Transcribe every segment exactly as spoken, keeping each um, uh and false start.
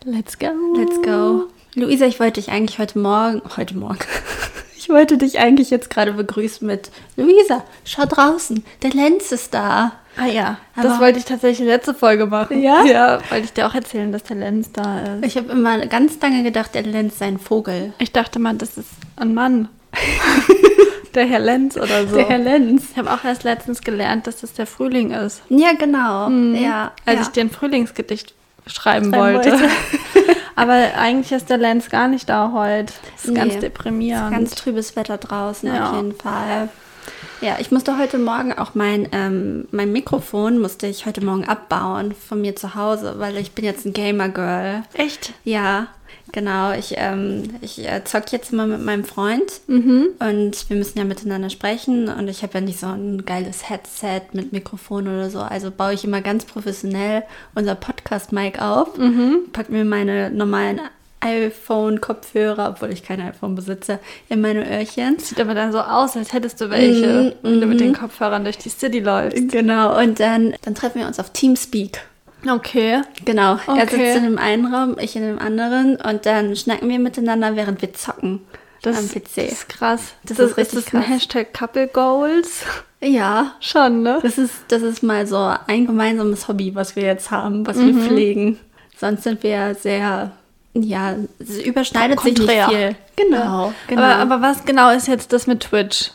Let's go. Let's go. Luisa, ich wollte dich eigentlich heute Morgen, heute Morgen, ich wollte dich eigentlich jetzt gerade begrüßen mit Luisa, schau draußen, der Lenz ist da. Ah ja, Aber das wollte ich tatsächlich letzte Folge machen. Ja? Ja, wollte ich dir auch erzählen, dass der Lenz da ist. Ich habe immer ganz lange gedacht, der Lenz sei ein Vogel. Ich dachte mal, das ist ein Mann. Der Herr Lenz oder so. Der Herr Lenz. Ich habe auch erst letztens gelernt, dass das der Frühling ist. Ja, genau. Mhm. Ja, Als ja. ich dir ein Frühlingsgedicht schreiben, Schreiben wollte. wollte. Aber eigentlich ist der Lenz gar nicht da heute. Das ist Nee, ganz Es deprimierend. ist ganz trübes Wetter draußen Ja. auf jeden Fall. Ja, ich musste heute Morgen auch mein, ähm, mein Mikrofon musste ich heute Morgen abbauen von mir zu Hause, weil ich bin jetzt ein Gamer-Girl. Echt? Ja, genau. Ich, ähm, ich äh, zock jetzt immer mit meinem Freund Mhm. und wir müssen ja miteinander sprechen und ich habe ja nicht so ein geiles Headset mit Mikrofon oder so. Also baue ich immer ganz professionell unser Podcast-Mic auf, Mhm. pack mir meine normalen iPhone-Kopfhörer, obwohl ich kein iPhone besitze, in meine Öhrchen. Sieht aber dann so aus, als hättest du welche, Mhm, wenn du mit mhm. den Kopfhörern durch die City läufst. Genau, und dann, dann treffen wir uns auf Teamspeak. Okay. Genau, er Okay. sitzt in einem einen Raum, ich in dem anderen und dann schnacken wir miteinander, während wir zocken Das, am P C. das ist krass. Das Das ist ist, richtig ist das ein krass. Hashtag Couple Goals? Ja, Schon, ne? das ist, das ist mal so ein gemeinsames Hobby, was wir jetzt haben, was Mhm. wir pflegen. Sonst sind wir sehr, ja, es überschneidet sich Konträr. nicht viel. Genau, genau. Aber, aber was genau ist jetzt das mit Twitch?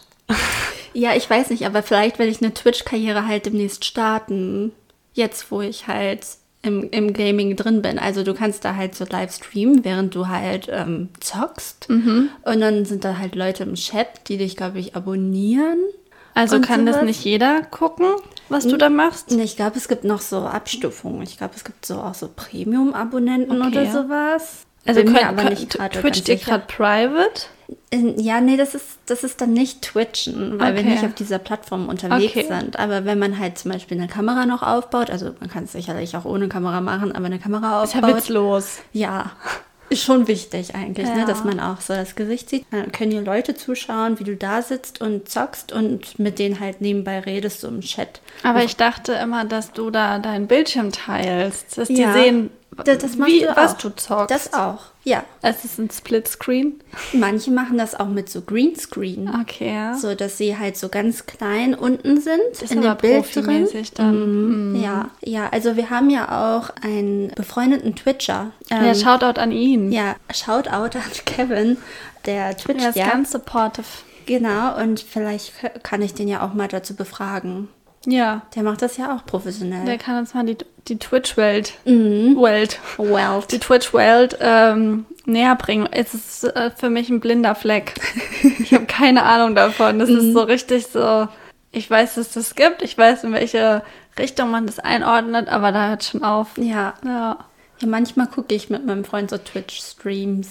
Ja, ich weiß nicht, aber vielleicht werde ich eine Twitch-Karriere halt demnächst starten. Jetzt, wo ich halt im, im Gaming drin bin. Also du kannst da halt so live streamen, während du halt ähm, zockst. Mhm. Und dann sind da halt Leute im Chat, die dich, glaube ich, abonnieren. Also Und kann das sowas? nicht jeder gucken, was du da machst? Ich glaube, es gibt noch so Abstufungen. Ich glaube, es gibt so auch so Premium-Abonnenten Okay. oder sowas. Also Bin mir könnt, aber könnt, nicht gerade Twitch ganz dir sicher. gerade private? In- Ja, nee, das ist, das ist dann nicht Twitchen, weil wir Okay. nicht auf dieser Plattform unterwegs Okay. sind. Aber wenn man halt zum Beispiel eine Kamera noch aufbaut, also man kann es sicherlich auch ohne Kamera machen, aber eine Kamera Ist ja aufbaut, witzlos. ja, ist schon wichtig eigentlich, Ja. ne, dass man auch so das Gesicht sieht. Dann können hier Leute zuschauen, wie du da sitzt und zockst und mit denen halt nebenbei redest, so im Chat. Aber ich dachte immer, dass du da deinen Bildschirm teilst, dass die Ja. sehen, Das, das machst wie, du was auch. du zockst. Das auch, ja. Es ist ein Splitscreen. Manche machen das auch mit so Greenscreen. Okay, ja. So, dass sie halt so ganz klein unten sind, Das ist in dem aber Bild drin. profimäßig dann. Mhm. Ja, ja, also wir haben ja auch einen befreundeten Twitcher. Ähm, Ja, Shoutout an ihn. ja, Shoutout an Kevin, der twitcht Er ist ja. ganz supportive. Genau, und vielleicht kann ich den ja auch mal dazu befragen. Ja, Der macht das ja auch professionell. der kann uns mal die, die Twitch-Welt Mhm. Welt, Well. die Twitch-Welt ähm, näher bringen. Es ist äh, für mich ein blinder Fleck. Ich habe keine Ahnung davon. Das ist so richtig so, ich weiß, dass es das gibt. Ich weiß, in welche Richtung man das einordnet, aber da hört schon auf. Ja. Ja. Ja, manchmal gucke ich mit meinem Freund so Twitch-Streams.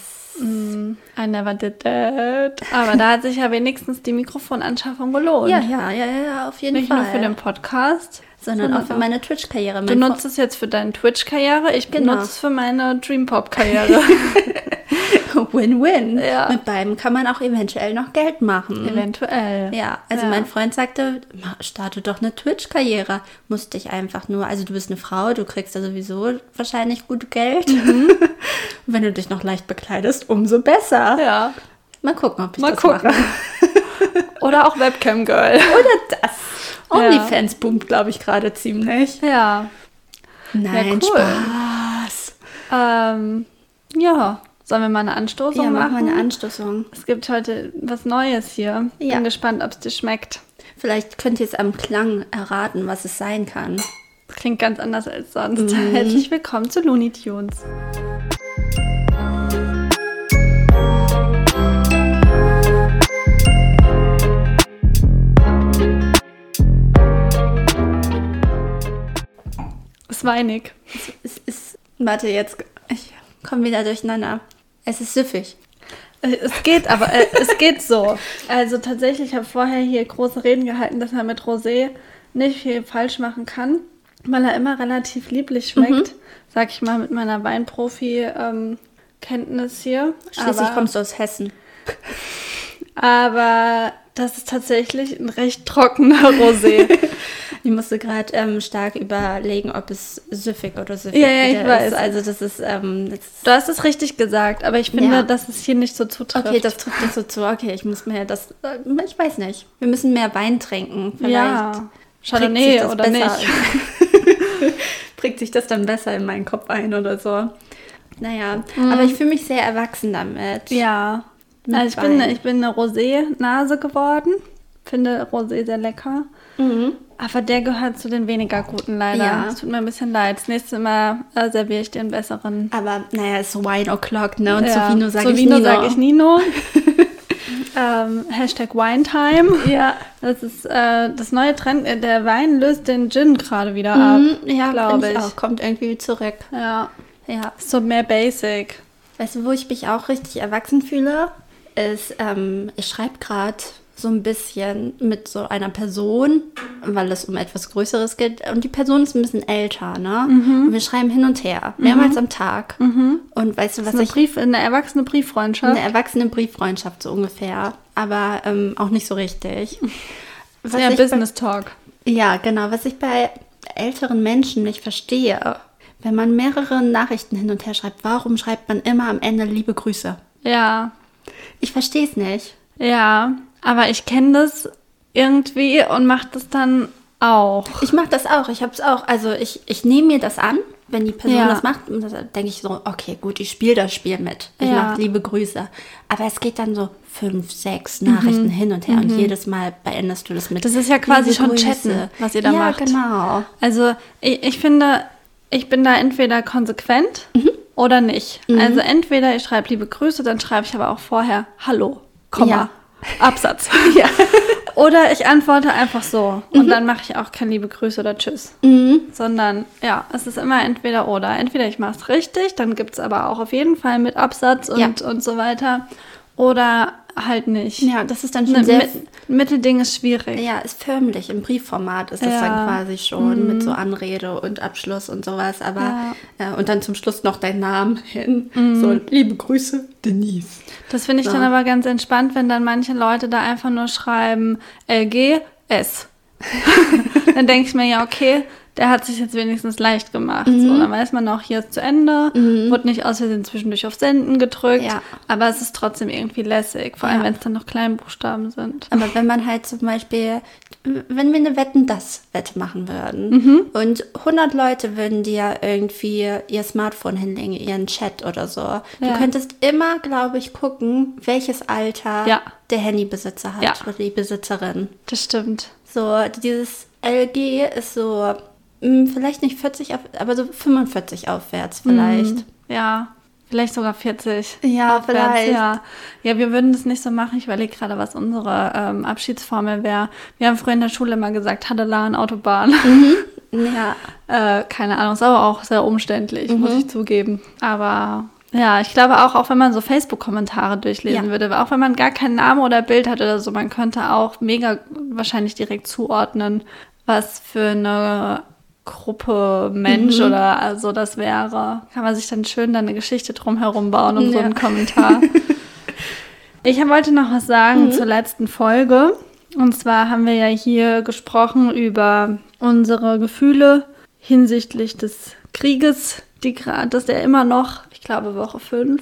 I never did that. Aber da hat sich ja wenigstens die Mikrofonanschaffung gelohnt. Ja, ja, ja, ja, auf jeden Nicht Fall. nur für den Podcast, sondern auch für meine Twitch-Karriere. Du Mein nutzt es jetzt für deine Twitch-Karriere, ich Genau. benutze es für meine Dream-Pop-Karriere. Win-win. Ja. Mit beiden kann man auch eventuell noch Geld machen. Eventuell. Ja, also Ja. mein Freund sagte, "Ma- starte doch eine Twitch-Karriere. Musst dich einfach nur, also du bist eine Frau, du kriegst ja sowieso wahrscheinlich gut Geld. Mhm. Und wenn du dich noch leicht bekleidest, umso besser. Ja. Mal gucken, ob ich Mal das gucken. mache. Oder auch Webcam-Girl. Oder das. OnlyFans boomt, glaube ich, gerade ziemlich. Ja. Nein, cool. Spaß. Ähm, ja. Sollen wir mal eine Anstoßung Ja, mach machen? mal eine Anstoßung. Es gibt heute was Neues hier. Ja. Bin gespannt, ob es dir schmeckt. Vielleicht könnt ihr es am Klang erraten, was es sein kann. Das klingt ganz anders als sonst. Herzlich willkommen zu Looney Tunes. Ist weinig. Es ist, warte, jetzt, ich komme wieder durcheinander. Es ist süffig. Äh, Es geht, aber äh, es geht so. Also tatsächlich, ich habe vorher hier große Reden gehalten, dass man mit Rosé nicht viel falsch machen kann, weil er immer relativ lieblich schmeckt. Sag ich mal mit meiner Weinprofi-Kenntnis hier. Schließlich aber, kommst du aus Hessen. aber das ist tatsächlich ein recht trockener Rosé. Ich musste gerade ähm, stark überlegen, ob es süffig oder süffig Ja, ja, ich weiß. ist. Also das ist... Ähm, das Du hast es richtig gesagt, aber ich finde, Ja. dass es hier nicht so zutrifft. Okay, das trifft nicht so zu. Okay, ich muss mir das... Äh, ich weiß nicht. Wir müssen mehr Wein trinken. Vielleicht ja, prägt sich Chardonnay das oder besser. nicht. Prägt sich das dann besser in meinen Kopf ein oder so. Naja, Mhm. aber ich fühle mich sehr erwachsen damit. Ja, Mit also ich bin, Wein. ich bin eine Rosé-Nase geworden. Finde Rosé sehr lecker. Mhm. Aber der gehört zu den weniger guten leider. Ja. Es tut mir ein bisschen leid. Das nächste Mal äh, serviere ich dir einen besseren. Aber naja, es ist Wine O'Clock, ne? Und Ja, zu Vino sage ich Zu Vino Nino. sag ich Nino. ähm, Hashtag Winetime. Ja. Das ist äh, das neue Trend. äh, Der Wein löst den Gin gerade wieder ab. Mhm, ja, glaube finde ich ich. auch. Kommt irgendwie zurück. Ja, Ja. so mehr Basic. Weißt du, wo ich mich auch richtig erwachsen fühle? Ist, ähm, ich schreibe gerade so ein bisschen mit so einer Person, weil es um etwas Größeres geht. Und die Person ist ein bisschen älter, ne? Und wir schreiben hin und her, mehrmals am Tag. Und weißt du, was Eine, ich... Brief, eine erwachsene Brieffreundschaft. Eine erwachsene Brieffreundschaft so ungefähr, aber ähm, auch nicht so richtig. Was ja, ich Business Talk. Bei, ja, genau. Was ich bei älteren Menschen nicht verstehe, wenn man mehrere Nachrichten hin und her schreibt, warum schreibt man immer am Ende liebe Grüße? Ja, Ich verstehe es nicht. ja. Aber ich kenne das irgendwie und mache das dann auch. Ich mache das auch. Ich habe es auch. Also ich, ich nehme mir das an, wenn die Person Ja. das macht. Und da denke ich so, okay, gut, ich spiele das Spiel mit. Ich Ja. mache liebe Grüße. Aber es geht dann so fünf, sechs Nachrichten hin und her. Und jedes Mal beendest du das mit Das ist ja quasi liebe schon Grüße. Chatten, was ihr da ja, macht. genau. Also ich, ich finde, ich bin da entweder konsequent oder nicht. Also entweder ich schreibe liebe Grüße, dann schreibe ich aber auch vorher Hallo, Komma, Ja. Absatz. Ja. Oder ich antworte einfach so und dann mache ich auch kein liebe Grüße oder Tschüss. Sondern ja, es ist immer entweder oder. Entweder ich mache es richtig, dann gibt es aber auch auf jeden Fall mit Absatz und, Ja. und so weiter. Oder halt nicht. Ja, das ist dann Ne, schon sehr... mit, Mittelding ist schwierig. Ja, ist förmlich. Im Briefformat ist das Ja. dann quasi schon mit so Anrede und Abschluss und sowas. Aber Ja. äh, und dann zum Schluss noch dein Namen hin. So, liebe Grüße, Denise. Das finde ich So. dann aber ganz entspannt, wenn dann manche Leute da einfach nur schreiben L G S. Dann denke ich mir, ja, okay, der hat sich jetzt wenigstens leicht gemacht. So, dann weiß man auch, hier ist zu Ende, wurde nicht aus Versehen zwischendurch auf Senden gedrückt, Ja. aber es ist trotzdem irgendwie lässig, vor allem Ja. wenn es dann noch Kleinbuchstaben sind. Aber wenn man halt zum Beispiel, wenn wir eine Wetten-das-Wette machen würden und hundert Leute würden dir irgendwie ihr Smartphone hinlegen, ihren Chat oder so. Du Ja. könntest immer, glaube ich, gucken, welches Alter Ja. der Handybesitzer hat Ja. oder die Besitzerin. Das stimmt. So, dieses L G ist so, mh, vielleicht nicht vierzig, auf, aber so fünfundvierzig aufwärts vielleicht. Ja, vielleicht sogar vierzig. Ja, vielleicht. Ja. ja, wir würden das nicht so machen. Ich überlege gerade, was unsere ähm, Abschiedsformel wäre. Wir haben früher in der Schule immer gesagt, Hadelan, Autobahn. Ja. äh, keine Ahnung, ist aber auch sehr umständlich, muss ich zugeben. Aber ja, ich glaube auch, auch wenn man so Facebook-Kommentare durchlesen Ja. würde, auch wenn man gar keinen Namen oder Bild hat oder so, man könnte auch mega wahrscheinlich direkt zuordnen, was für eine Gruppe Mensch oder also das wäre. Kann man sich dann schön dann eine Geschichte drumherum bauen um so Ja. einen Kommentar. Ich wollte noch was sagen zur letzten Folge. Und zwar haben wir ja hier gesprochen über unsere Gefühle hinsichtlich des Krieges, die gerade, dass der immer noch, ich glaube Woche fünf,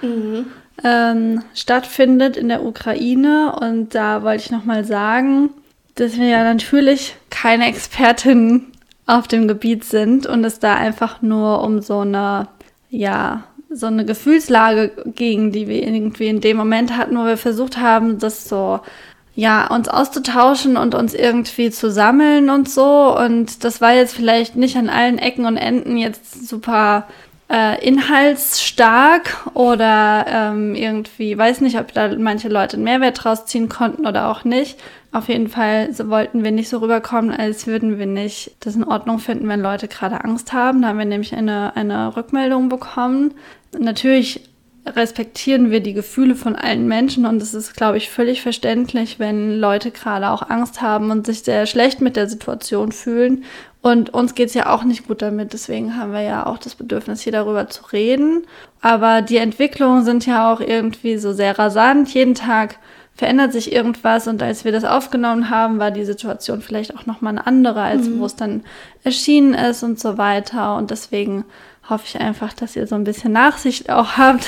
ähm, stattfindet in der Ukraine. Und da wollte ich nochmal sagen, dass wir ja natürlich keine Expertinnen auf dem Gebiet sind und es da einfach nur um so eine, ja, so eine Gefühlslage ging, die wir irgendwie in dem Moment hatten, wo wir versucht haben, das so, ja, uns auszutauschen und uns irgendwie zu sammeln und so. Und das war jetzt vielleicht nicht an allen Ecken und Enden jetzt super äh, inhaltsstark oder ähm, irgendwie, weiß nicht, ob da manche Leute einen Mehrwert draus ziehen konnten oder auch nicht. Auf jeden Fall so wollten wir nicht so rüberkommen, als würden wir nicht das in Ordnung finden, wenn Leute gerade Angst haben. Da haben wir nämlich eine, eine Rückmeldung bekommen. Natürlich respektieren wir die Gefühle von allen Menschen und es ist, glaube ich, völlig verständlich, wenn Leute gerade auch Angst haben und sich sehr schlecht mit der Situation fühlen. Und uns geht es ja auch nicht gut damit, deswegen haben wir ja auch das Bedürfnis, hier darüber zu reden. Aber die Entwicklungen sind ja auch irgendwie so sehr rasant. Jeden Tag verändert sich irgendwas und als wir das aufgenommen haben, war die Situation vielleicht auch nochmal eine andere, als mhm. wo es dann erschienen ist und so weiter. Und deswegen hoffe ich einfach, dass ihr so ein bisschen Nachsicht auch habt,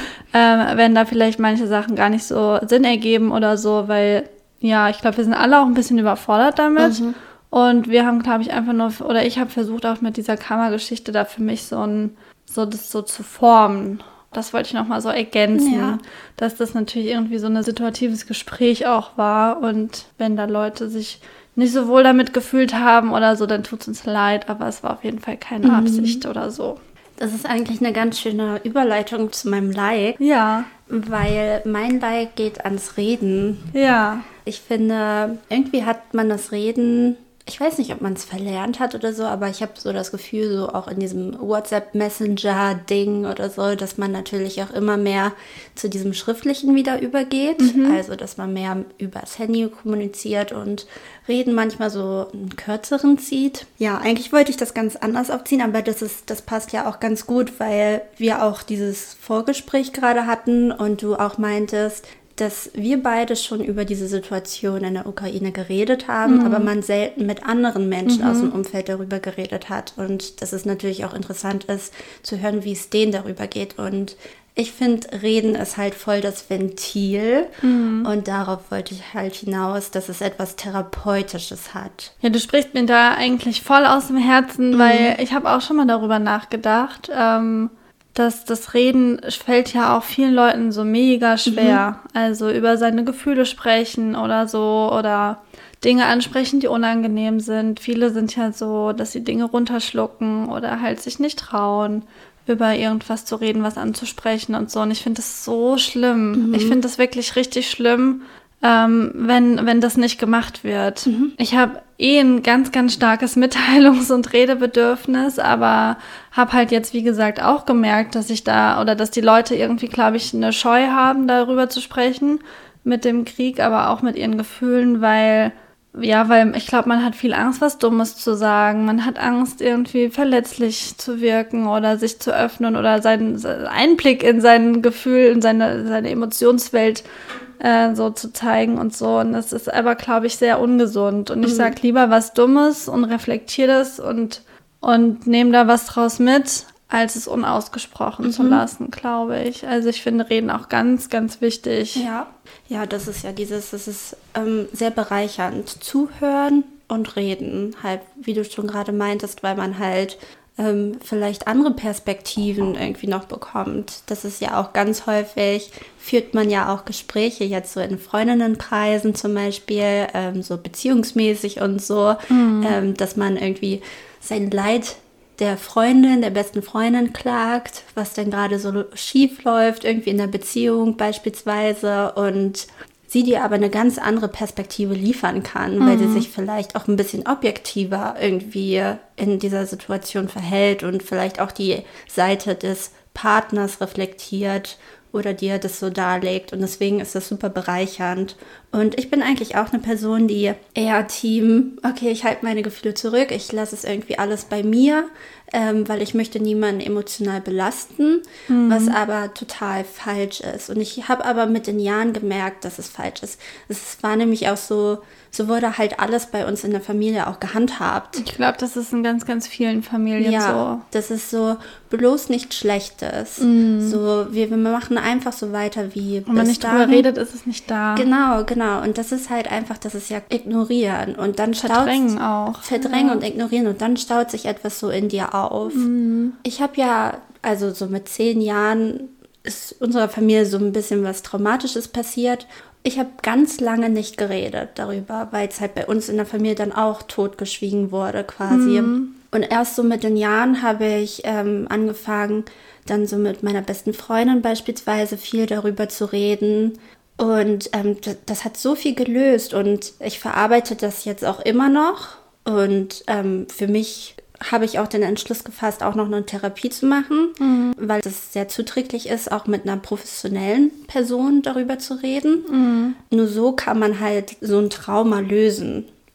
ähm, wenn da vielleicht manche Sachen gar nicht so Sinn ergeben oder so, weil ja, ich glaube, wir sind alle auch ein bisschen überfordert damit. Mhm. Und wir haben, glaube ich, einfach nur, oder ich habe versucht auch mit dieser Kammergeschichte da für mich so ein, so das so zu formen. Das wollte ich nochmal so ergänzen, ja. dass das natürlich irgendwie so ein situatives Gespräch auch war. Und wenn da Leute sich nicht so wohl damit gefühlt haben oder so, dann tut es uns leid. Aber es war auf jeden Fall keine mhm. Absicht oder so. Das ist eigentlich eine ganz schöne Überleitung zu meinem Like. Ja. Weil mein Like geht ans Reden. Ja. Ich finde, irgendwie hat man das Reden... Ich weiß nicht, ob man es verlernt hat oder so, aber ich habe so das Gefühl, so auch in diesem WhatsApp-Messenger-Ding oder so, dass man natürlich auch immer mehr zu diesem Schriftlichen wieder übergeht. Mhm. Also, dass man mehr übers Handy kommuniziert und Reden manchmal so einen kürzeren zieht. Ja, eigentlich wollte ich das ganz anders aufziehen, aber das ist, das passt ja auch ganz gut, weil wir auch dieses Vorgespräch gerade hatten und du auch meintest, dass wir beide schon über diese Situation in der Ukraine geredet haben, mhm. aber man selten mit anderen Menschen mhm. aus dem Umfeld darüber geredet hat. Und dass es natürlich auch interessant ist, zu hören, wie es denen darüber geht. Und ich finde, Reden ist halt voll das Ventil. Mhm. Und darauf wollte ich halt hinaus, dass es etwas Therapeutisches hat. Ja, du sprichst mir da eigentlich voll aus dem Herzen, mhm. weil ich habe auch schon mal darüber nachgedacht, ähm, dass das Reden fällt ja auch vielen Leuten so mega schwer. Mhm. Also über seine Gefühle sprechen oder so oder Dinge ansprechen, die unangenehm sind. Viele sind ja so, dass sie Dinge runterschlucken oder halt sich nicht trauen, über irgendwas zu reden, was anzusprechen und so. Und ich finde das so schlimm. Mhm. Ich finde das wirklich richtig schlimm, ähm, wenn, wenn das nicht gemacht wird. Mhm. Ich habe eh ein ganz, ganz starkes Mitteilungs- und Redebedürfnis, aber habe halt jetzt, wie gesagt, auch gemerkt, dass ich da, oder dass die Leute irgendwie, glaube ich, eine Scheu haben, darüber zu sprechen, mit dem Krieg, aber auch mit ihren Gefühlen, weil, ja, weil ich glaube, man hat viel Angst, was Dummes zu sagen. Man hat Angst, irgendwie verletzlich zu wirken oder sich zu öffnen oder seinen Einblick in sein Gefühl, in seine, seine Emotionswelt äh, so zu zeigen und so. Und das ist aber, glaube ich, sehr ungesund. Und ich mhm. sage lieber was Dummes und reflektiere das und, und nehme da was draus mit, als es unausgesprochen mhm. zu lassen, glaube ich. Also ich finde Reden auch ganz, ganz wichtig. Ja, ja, das ist ja dieses, das ist ähm, sehr bereichernd. Zuhören und reden, halt, wie du schon gerade meintest, weil man halt ähm, vielleicht andere Perspektiven irgendwie noch bekommt. Das ist ja auch ganz häufig, führt man ja auch Gespräche jetzt so in Freundinnenkreisen zum Beispiel, ähm, so beziehungsmäßig und so, mhm. ähm, dass man irgendwie sein Leid der Freundin, der besten Freundin klagt, was denn gerade so schief läuft, irgendwie in der Beziehung beispielsweise, und sie dir aber eine ganz andere Perspektive liefern kann, mhm. weil sie sich vielleicht auch ein bisschen objektiver irgendwie in dieser Situation verhält und vielleicht auch die Seite des Partners reflektiert oder dir das so darlegt, und deswegen ist das super bereichernd. Und ich bin eigentlich auch eine Person, die eher Team, okay, ich halte meine Gefühle zurück, ich lasse es irgendwie alles bei mir, ähm, weil ich möchte niemanden emotional belasten, mhm. was aber total falsch ist. Und ich habe aber mit den Jahren gemerkt, dass es falsch ist. Es war nämlich auch so, so wurde halt alles bei uns in der Familie auch gehandhabt. Ich glaube, das ist in ganz, ganz vielen Familien ja, so. Ja, das ist so bloß nichts Schlechtes. Mhm. So, wir, wir machen einfach so weiter wie Wenn man nicht drüber redet, ist es nicht da. Genau, genau. Und das ist halt einfach, das ist ja ignorieren. Und dann verdrängen auch. Verdrängen ja. und ignorieren. Und dann staut sich etwas so in dir auf. Mhm. Ich habe ja, also so mit zehn Jahren ist unserer Familie so ein bisschen was Traumatisches passiert. Ich habe ganz lange nicht geredet darüber, weil es halt bei uns in der Familie dann auch totgeschwiegen wurde quasi. Mhm. Und erst so mit den Jahren habe ich ähm, angefangen, dann so mit meiner besten Freundin beispielsweise viel darüber zu reden. Und ähm, das, das hat so viel gelöst, und ich verarbeite das jetzt auch immer noch. Und ähm, für mich habe ich auch den Entschluss gefasst, auch noch eine Therapie zu machen, mhm. weil das sehr zuträglich ist, auch mit einer professionellen Person darüber zu reden. Mhm. Nur so kann man halt so ein Trauma lösen.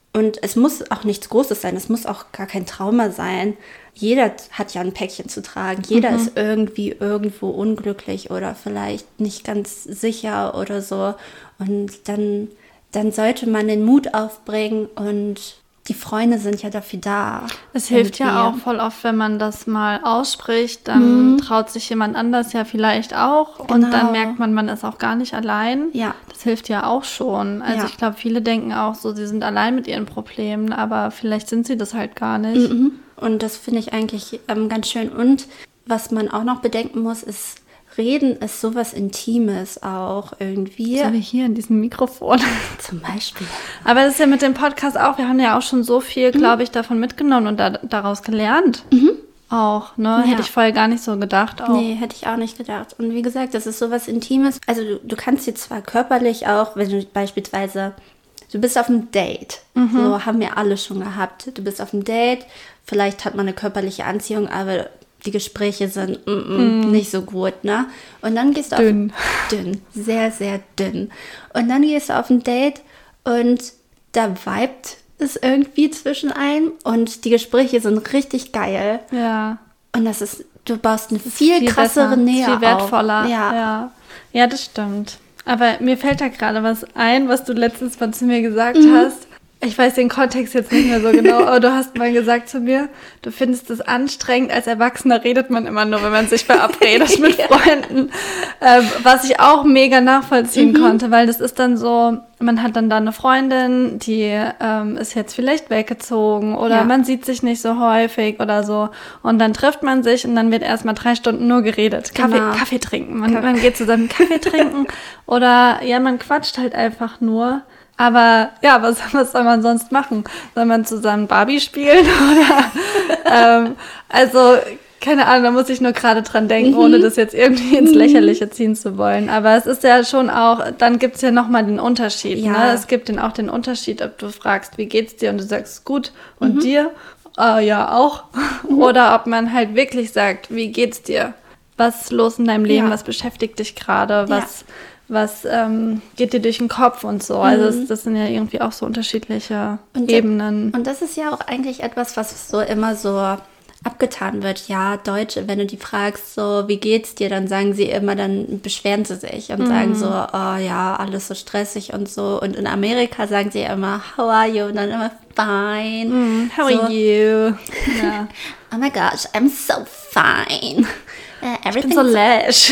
Und es muss auch nichts Großes sein, es muss auch gar kein Trauma sein. Jeder hat ja ein Päckchen zu tragen. Jeder mhm. ist irgendwie irgendwo unglücklich oder vielleicht nicht ganz sicher oder so. Und dann, dann sollte man den Mut aufbringen und die Freunde sind ja dafür da. Es hilft ja auch voll oft, wenn man das mal ausspricht, dann mhm. traut sich jemand anders ja vielleicht auch genau. und dann merkt man, man ist auch gar nicht allein. Ja. Das hilft ja auch schon. Also ja. ich glaube, viele denken auch so, sie sind allein mit ihren Problemen, aber vielleicht sind sie das halt gar nicht. Mhm. Und das finde ich eigentlich ähm, ganz schön. Und was man auch noch bedenken muss, ist, Reden ist sowas Intimes auch irgendwie. So wie hier in diesem Mikrofon. Zum Beispiel. Aber das ist ja mit dem Podcast auch, wir haben ja auch schon so viel, mhm. glaube ich, davon mitgenommen und da, daraus gelernt. Mhm. Auch, ne? Ja. Hätte ich vorher gar nicht so gedacht. Auch. Nee, hätte ich auch nicht gedacht. Und wie gesagt, das ist sowas Intimes. Also du, du kannst dir zwar körperlich auch, wenn du beispielsweise, du bist auf einem Date. Mhm. So haben wir alle schon gehabt. Du bist auf einem Date, vielleicht hat man eine körperliche Anziehung, aber die Gespräche sind mm, mm, mm. nicht so gut, ne? Und dann gehst du dünn. auf... Dünn. Sehr, sehr dünn. Und dann gehst du auf ein Date und da vibet es irgendwie zwischen einem und die Gespräche sind richtig geil. Ja. Und das ist... Du baust eine viel, viel krassere besser, Nähe viel wertvoller. auf. Ja. ja. Ja, das stimmt. Aber mir fällt da gerade was ein, was du letztens mal zu mir gesagt mhm. hast. Ich weiß den Kontext jetzt nicht mehr so genau, aber du hast mal gesagt zu mir, du findest es anstrengend, als Erwachsener redet man immer nur, wenn man sich verabredet mit Freunden, ähm, was ich auch mega nachvollziehen mhm. konnte, weil das ist dann so, man hat dann da eine Freundin, die ähm, ist jetzt vielleicht weggezogen oder ja. man sieht sich nicht so häufig oder so und dann trifft man sich und dann wird erstmal drei Stunden nur geredet, Kaffee, genau. Kaffee trinken, man, man geht zusammen Kaffee trinken oder ja, man quatscht halt einfach nur. Aber ja, was, was soll man sonst machen? Soll man zusammen Barbie spielen? Oder ähm, also, keine Ahnung, da muss ich nur gerade dran denken, mhm. ohne das jetzt irgendwie ins Lächerliche ziehen zu wollen. Aber es ist ja schon auch, dann gibt es ja nochmal den Unterschied. Ja. Ne? Es gibt den auch den Unterschied, ob du fragst, wie geht's dir? Und du sagst, gut. Und mhm. dir? Äh, ja, auch. Mhm. Oder ob man halt wirklich sagt, wie geht's dir? Was ist los in deinem Leben? Ja. Was beschäftigt dich gerade? Was... Ja. Was ähm, geht dir durch den Kopf und so. Also das, das sind ja irgendwie auch so unterschiedliche und Ebenen. Und das ist ja auch eigentlich etwas, was so immer so abgetan wird. Ja, Deutsche, wenn du die fragst, so, wie geht's dir, dann sagen sie immer, dann beschweren sie sich und mhm. sagen so, oh ja, alles so stressig und so. Und in Amerika sagen sie immer, how are you? Und dann immer, fine. Mhm. How so. Are you? Ja. Oh my gosh, I'm so fine. Uh, ich bin so lash.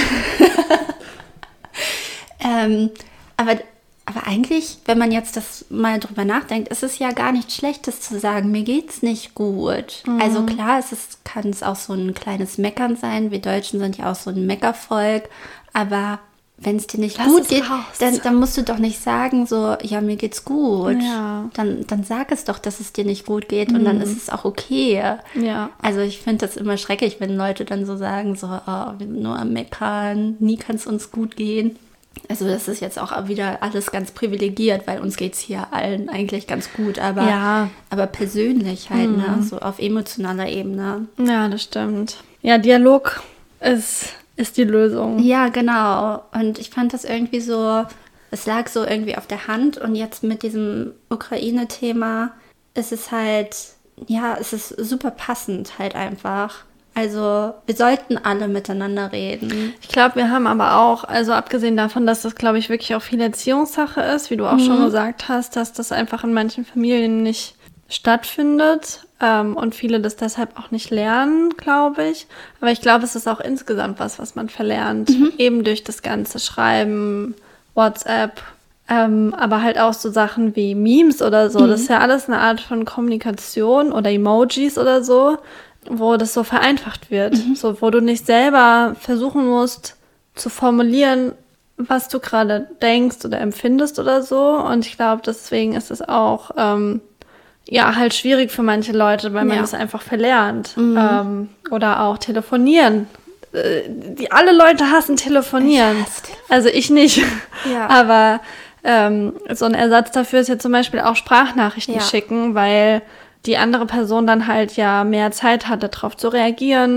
Ähm, aber, aber eigentlich, wenn man jetzt das mal drüber nachdenkt, ist es ja gar nichts Schlechtes zu sagen, mir geht's nicht gut. Mhm. Also klar, es ist, kann es auch so ein kleines Meckern sein. Wir Deutschen sind ja auch so ein Meckervolk. Aber wenn es dir nicht Lass gut geht, raus. dann, dann musst du doch nicht sagen so, ja, mir geht's gut. Ja. Dann, dann sag es doch, dass es dir nicht gut geht mhm. und dann ist es auch okay. Ja. Also ich finde das immer schrecklich, wenn Leute dann so sagen, so, oh, wir sind nur am Meckern, nie kann es uns gut gehen. Also das ist jetzt auch wieder alles ganz privilegiert, weil uns geht es hier allen eigentlich ganz gut, aber, ja. aber persönlich halt, mhm. ne? So auf emotionaler Ebene. Ja, das stimmt. Ja, Dialog ist, ist die Lösung. Ja, genau. Und ich fand das irgendwie so, es lag so irgendwie auf der Hand und jetzt mit diesem Ukraine-Thema ist es halt, ja, es ist super passend halt einfach. Also wir sollten alle miteinander reden. Ich glaube, wir haben aber auch, also abgesehen davon, dass das, glaube ich, wirklich auch viel Erziehungssache ist, wie du auch mhm. schon gesagt hast, dass das einfach in manchen Familien nicht stattfindet ähm, und viele das deshalb auch nicht lernen, glaube ich. Aber ich glaube, es ist auch insgesamt was, was man verlernt, mhm. eben durch das ganze Schreiben, WhatsApp, ähm, aber halt auch so Sachen wie Memes oder so. Mhm. Das ist ja alles eine Art von Kommunikation oder Emojis oder so, wo das so vereinfacht wird, mhm. so wo du nicht selber versuchen musst zu formulieren, was du gerade denkst oder empfindest oder so. Und ich glaube, deswegen ist es auch ähm, ja halt schwierig für manche Leute, weil man ja. das einfach verlernt. Mhm. Ähm, oder auch telefonieren. Äh, die, alle Leute hassen telefonieren. Ich hasse telefonieren. Also ich nicht. Ja. Aber ähm, so ein Ersatz dafür ist ja zum Beispiel auch Sprachnachrichten ja. schicken, weil die andere Person dann halt ja mehr Zeit hatte, darauf zu reagieren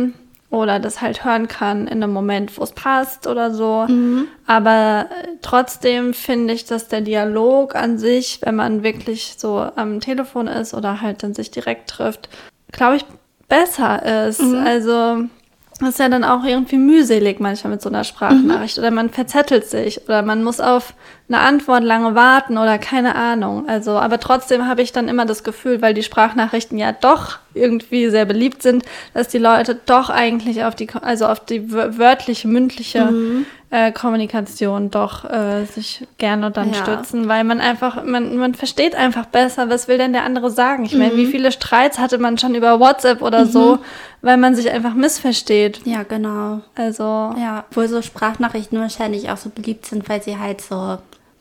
oder das halt hören kann in einem Moment, wo es passt oder so. Mhm. Aber trotzdem finde ich, dass der Dialog an sich, wenn man wirklich so am Telefon ist oder halt dann sich direkt trifft, glaube ich, besser ist. Mhm. Also das ist ja dann auch irgendwie mühselig manchmal mit so einer Sprachnachricht. Mhm. Oder man verzettelt sich oder man muss auf eine Antwort lange warten oder keine Ahnung. Also, aber trotzdem habe ich dann immer das Gefühl, weil die Sprachnachrichten ja doch irgendwie sehr beliebt sind, dass die Leute doch eigentlich auf die, also auf die wörtliche, mündliche mhm. äh, Kommunikation doch äh, sich gerne dann ja. stützen, weil man einfach, man, man versteht einfach besser, was will denn der andere sagen. Ich meine, mhm. wie viele Streits hatte man schon über WhatsApp oder mhm. so, weil man sich einfach missversteht. Ja, genau. Also. Ja, obwohl so Sprachnachrichten wahrscheinlich auch so beliebt sind, weil sie halt so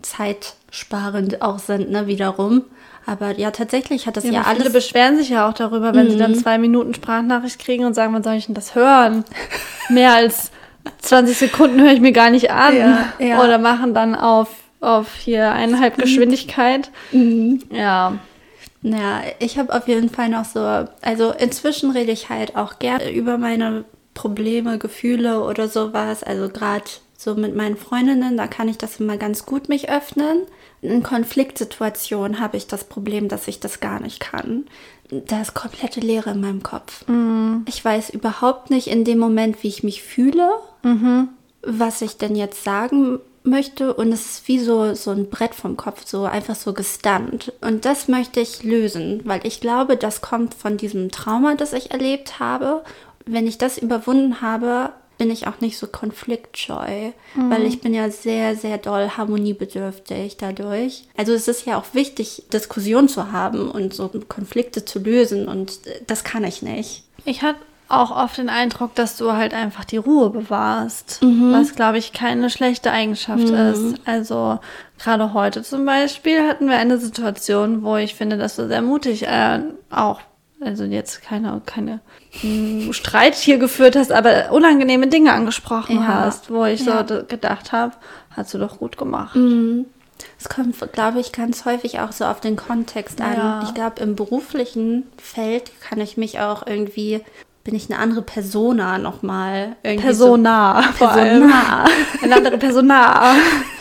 zeitsparend auch sind, ne, wiederum. Aber ja, tatsächlich hat das ja, ja alles... Viele beschweren sich ja auch darüber, wenn mhm. sie dann zwei Minuten Sprachnachricht kriegen und sagen, wann soll ich denn das hören? Mehr als zwanzig Sekunden höre ich mir gar nicht an. Ja, ja. Oder machen dann auf, auf hier eineinhalb Geschwindigkeit. Mhm. Ja. Ja, ich habe auf jeden Fall noch so... Also inzwischen rede ich halt auch gerne über meine Probleme, Gefühle oder sowas. Also gerade so mit meinen Freundinnen, da kann ich das immer ganz gut mich öffnen. In Konfliktsituationen habe ich das Problem, dass ich das gar nicht kann. Da ist komplette Leere in meinem Kopf. Mhm. Ich weiß überhaupt nicht in dem Moment, wie ich mich fühle, mhm. was ich denn jetzt sagen möchte. Und es ist wie so, so ein Brett vom Kopf, so einfach so gestunt. Und das möchte ich lösen, weil ich glaube, das kommt von diesem Trauma, das ich erlebt habe. Wenn ich das überwunden habe, bin ich auch nicht so konfliktscheu, mhm. weil ich bin ja sehr, sehr doll harmoniebedürftig dadurch. Also es ist ja auch wichtig, Diskussionen zu haben und so Konflikte zu lösen und das kann ich nicht. Ich hatte auch oft den Eindruck, dass du halt einfach die Ruhe bewahrst, mhm. was, glaube ich, keine schlechte Eigenschaft mhm. ist. Also gerade heute zum Beispiel hatten wir eine Situation, wo ich finde, dass du sehr mutig äh, auch also jetzt keine, keine mh, Streit hier geführt hast, aber unangenehme Dinge angesprochen ja. hast, wo ich ja. so gedacht habe, hast du doch gut gemacht. Mhm. Es kommt, glaube ich, ganz häufig auch so auf den Kontext an. Ja. Ich glaube, im beruflichen Feld kann ich mich auch irgendwie, bin ich eine andere Persona nochmal. Persona, so, vor allem. Eine andere Persona.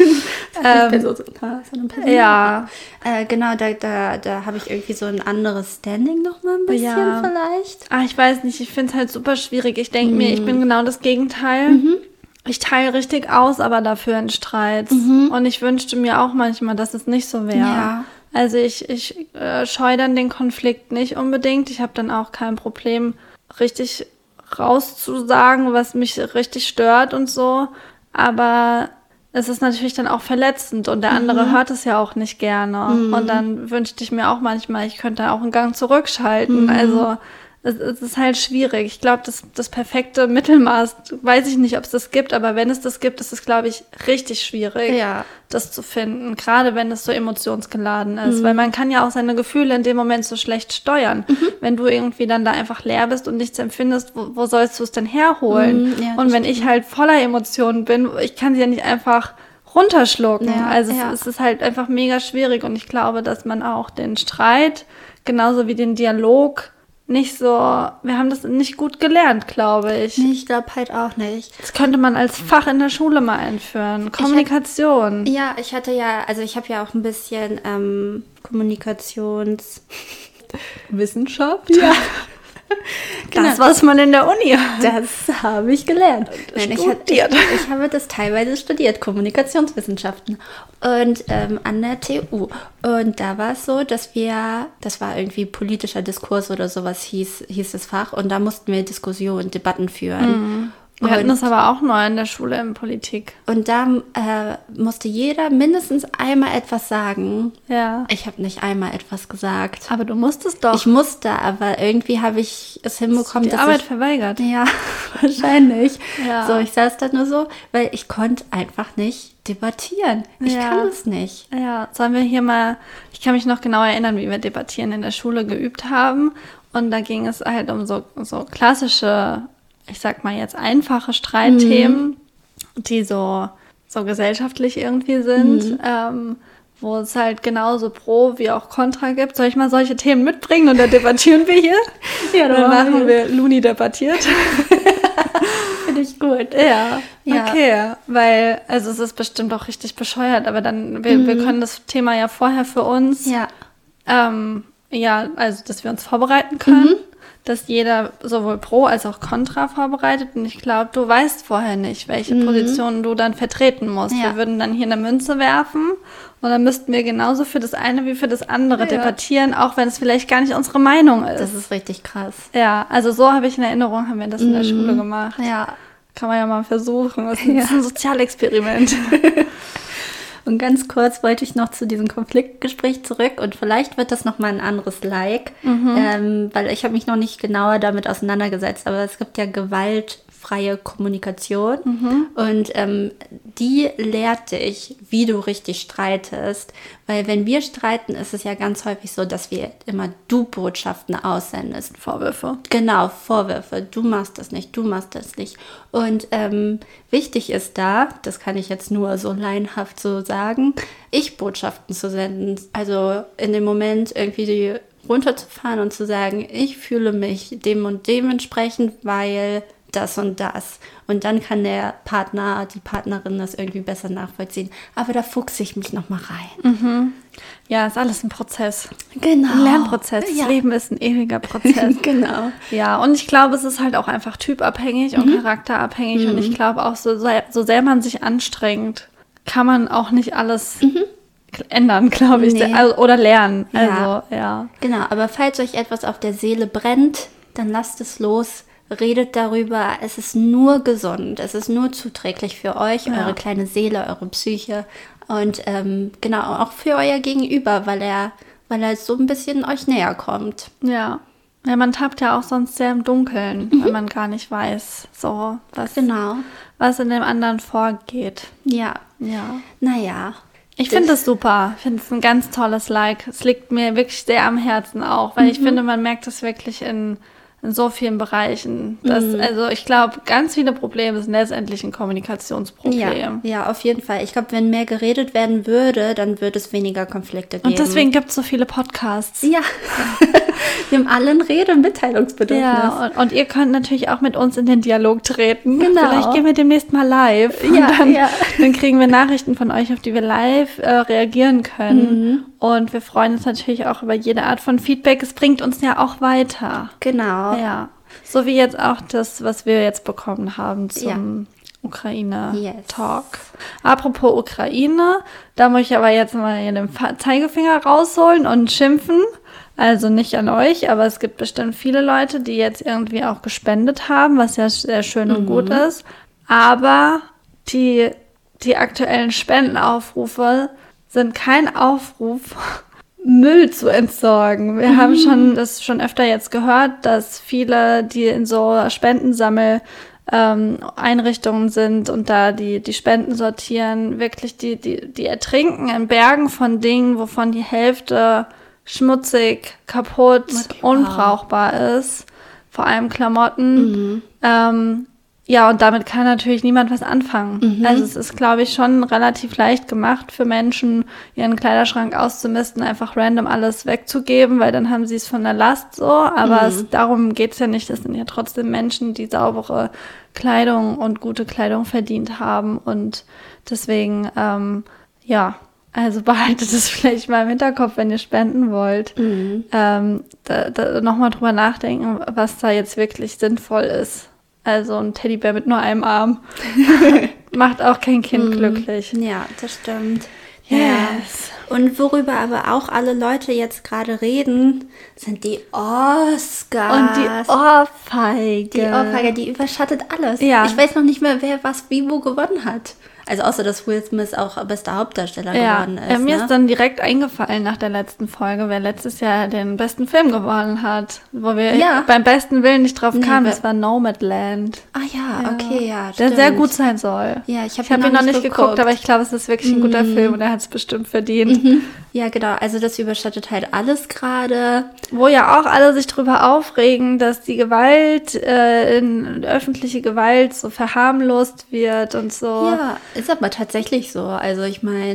Ähm, Person, sondern Person. Ja. Äh, genau, da, da, da habe ich irgendwie so ein anderes Standing noch mal ein bisschen ja. vielleicht. Ah, ich weiß nicht, ich finde es halt super schwierig. Ich denke mhm. mir, ich bin genau das Gegenteil. Mhm. Ich teile richtig aus, aber dafür in Streits. Mhm. Und ich wünschte mir auch manchmal, dass es nicht so wäre. Ja. Also ich, ich äh, scheue dann den Konflikt nicht unbedingt. Ich habe dann auch kein Problem, richtig rauszusagen, was mich richtig stört und so. Aber es ist natürlich dann auch verletzend und der andere mhm. hört es ja auch nicht gerne. Mhm. Und dann wünschte ich mir auch manchmal, ich könnte auch einen Gang zurückschalten. Mhm. Also es, es ist halt schwierig. Ich glaube, das, das perfekte Mittelmaß, weiß ich nicht, ob es das gibt, aber wenn es das gibt, ist es, glaube ich, richtig schwierig, ja. das zu finden. Gerade wenn es so emotionsgeladen ist. Mhm. Weil man kann ja auch seine Gefühle in dem Moment so schlecht steuern. Mhm. Wenn du irgendwie dann da einfach leer bist und nichts empfindest, wo, wo sollst du es denn herholen? Mhm, ja, und wenn ich halt voller Emotionen bin, ich kann sie ja nicht einfach runterschlucken. Ja, also ja. es, es ist halt einfach mega schwierig. Und ich glaube, dass man auch den Streit, genauso wie den Dialog, nicht so, wir haben das nicht gut gelernt, glaube ich. Nee, ich glaube halt auch nicht. Das könnte man als Fach in der Schule mal einführen. Kommunikation. Ich hab, ja, ich hatte ja, also ich habe ja auch ein bisschen ähm, Kommunikations... Wissenschaft? Ja. Das, genau. Was man in der Uni hat. Das habe ich gelernt. Nein, studiert. Ich, ich, ich habe das teilweise studiert, Kommunikationswissenschaften. Und ähm, an der T U. Und da war es so, dass wir, das war irgendwie politischer Diskurs oder sowas hieß, hieß das Fach. Und da mussten wir Diskussionen, Debatten führen. Mhm. Wir hatten das aber auch neu in der Schule in Politik. Und da äh, musste jeder mindestens einmal etwas sagen. Ja. Ich habe nicht einmal etwas gesagt. Aber du musstest doch. Ich musste, aber irgendwie habe ich es hinbekommen, die dass Arbeit ich, verweigert. Ja, wahrscheinlich. Ja. So, ich saß da nur so, weil ich konnte einfach nicht debattieren. Ich ja. kann es nicht. Ja, sollen wir hier mal, ich kann mich noch genau erinnern, wie wir Debattieren in der Schule geübt haben. Und da ging es halt um so, so klassische, ich sag mal jetzt einfache Streitthemen, mhm. die so, so gesellschaftlich irgendwie sind, mhm. ähm, wo es halt genauso Pro wie auch Contra gibt. Soll ich mal solche Themen mitbringen und dann debattieren wir hier? Ja, dann machen wir Luni debattiert. Finde ich gut. Ja, Ja. okay. Weil, also es ist bestimmt auch richtig bescheuert, aber dann, wir, wir können das Thema ja vorher für uns, Ja. ähm, ja, also dass wir uns vorbereiten können, dass jeder sowohl Pro als auch Contra vorbereitet. Und ich glaube, du weißt vorher nicht, welche Positionen du dann vertreten musst. Ja. Wir würden dann hier eine Münze werfen und dann müssten wir genauso für das eine wie für das andere Ja. debattieren, auch wenn es vielleicht gar nicht unsere Meinung ist. Das ist richtig krass. Ja, also so habe ich in Erinnerung, haben wir das in der Schule gemacht. Ja. Kann man ja mal versuchen. Das ist ein, das ist ein Sozialexperiment. Und ganz kurz wollte ich noch zu diesem Konfliktgespräch zurück und vielleicht wird das nochmal ein anderes Like, ähm, weil ich habe mich noch nicht genauer damit auseinandergesetzt, aber es gibt ja gewaltfreie Kommunikation und ähm, die lehrt dich, wie du richtig streitest, weil wenn wir streiten, ist es ja ganz häufig so, dass wir immer Du-Botschaften aussendest. Vorwürfe. Genau, Vorwürfe. Du machst das nicht, du machst das nicht. Und ähm, wichtig ist da, das kann ich jetzt nur so laienhaft so sagen, Ich-Botschaften zu senden. Also in dem Moment irgendwie die runterzufahren und zu sagen, ich fühle mich dem und dem entsprechend, weil das und das. Und dann kann der Partner, die Partnerin das irgendwie besser nachvollziehen. Aber da fuchse ich mich nochmal rein. Ja, ist alles ein Prozess. Genau. Ein Lernprozess. Ja. Das Leben ist ein ewiger Prozess. Genau. Ja, und ich glaube, es ist halt auch einfach typabhängig und charakterabhängig. Und ich glaube auch, so sehr, so sehr man sich anstrengt, kann man auch nicht alles ändern, glaube ich. Nee. Also, oder lernen. Ja. Also, ja. Genau, aber falls euch etwas auf der Seele brennt, dann lasst es los, redet darüber. Es ist nur gesund, es ist nur zuträglich für euch, Ja. eure kleine Seele, eure Psyche und ähm, genau, auch für euer Gegenüber, weil er, weil er so ein bisschen euch näher kommt. Ja. Ja, man tappt ja auch sonst sehr im Dunkeln, weil man gar nicht weiß, so, was, Genau, was in dem anderen vorgeht. ja. Ja. Naja. Ich finde es super. Ich finde es ein ganz tolles Like. Es liegt mir wirklich sehr am Herzen auch, weil ich finde, man merkt es wirklich in, in so vielen Bereichen. Dass, Also ich glaube, ganz viele Probleme sind letztendlich ein Kommunikationsproblem. Ja, ja, auf jeden Fall. Ich glaube, wenn mehr geredet werden würde, dann würde es weniger Konflikte geben. Und deswegen gibt es so viele Podcasts. Ja, wir haben alle ein Rede- und Mitteilungsbedürfnis. Ja, und, und ihr könnt natürlich auch mit uns in den Dialog treten. Genau. Vielleicht gehen wir demnächst mal live. Und Ja, dann, ja. dann kriegen wir Nachrichten von euch, auf die wir live äh, reagieren können. Mhm. Und wir freuen uns natürlich auch über jede Art von Feedback. Es bringt uns ja auch weiter. Genau. Ja. So wie jetzt auch das, was wir jetzt bekommen haben zum Ja. Ukraine-Talk. Yes. Apropos Ukraine, da muss ich aber jetzt mal hier den Fa- Zeigefinger rausholen und schimpfen. Also nicht an euch, aber es gibt bestimmt viele Leute, die jetzt irgendwie auch gespendet haben, was ja sehr schön und gut ist. Aber die, die aktuellen Spendenaufrufe sind kein Aufruf, Müll zu entsorgen. Wir haben schon das schon öfter jetzt gehört, dass viele, die in so Spendensammel ähm, Einrichtungen sind und da die, die Spenden sortieren, wirklich die, die, die ertrinken in Bergen von Dingen, wovon die Hälfte schmutzig, kaputt, Okay, wow. unbrauchbar ist. Vor allem Klamotten. Ähm, ja, und damit kann natürlich niemand was anfangen. Also es ist, glaube ich, schon relativ leicht gemacht für Menschen, ihren Kleiderschrank auszumisten, einfach random alles wegzugeben, weil dann haben sie es von der Last so. Aber es, darum geht es ja nicht. Das sind ja trotzdem Menschen, die saubere Kleidung und gute Kleidung verdient haben. Und deswegen, ähm, ja, also behaltet es vielleicht mal im Hinterkopf, wenn ihr spenden wollt. Ähm, da, da nochmal drüber nachdenken, was da jetzt wirklich sinnvoll ist. Also ein Teddybär mit nur einem Arm macht auch kein Kind glücklich. Ja, das stimmt. Yes. Ja. Und worüber aber auch alle Leute jetzt gerade reden, sind die Oscars. Und die Ohrfeige. Die Ohrfeige, die überschattet alles. Ja. Ich weiß noch nicht mehr, wer was wie wo gewonnen hat. Also außer, dass Will Smith auch bester Hauptdarsteller Ja, geworden ist. äh, mir ne? ist dann direkt eingefallen nach der letzten Folge, wer letztes Jahr den besten Film gewonnen hat. Wo wir Ja. beim besten Willen nicht drauf Nee, kamen. wer- Das war Nomadland. Ah ja, okay, ja, Der stimmt. sehr gut sein soll. Ja, ich hab ich hab ihn ihn noch noch nicht nicht geguckt, geguckt. aber ich glaube, es ist wirklich ein guter Film und er hat es bestimmt verdient. Ja, genau. Also das überschattet halt alles gerade. Wo ja auch alle sich drüber aufregen, dass die Gewalt, äh, in öffentliche Gewalt so verharmlost wird und so. Ja, ist aber tatsächlich so. Also ich meine,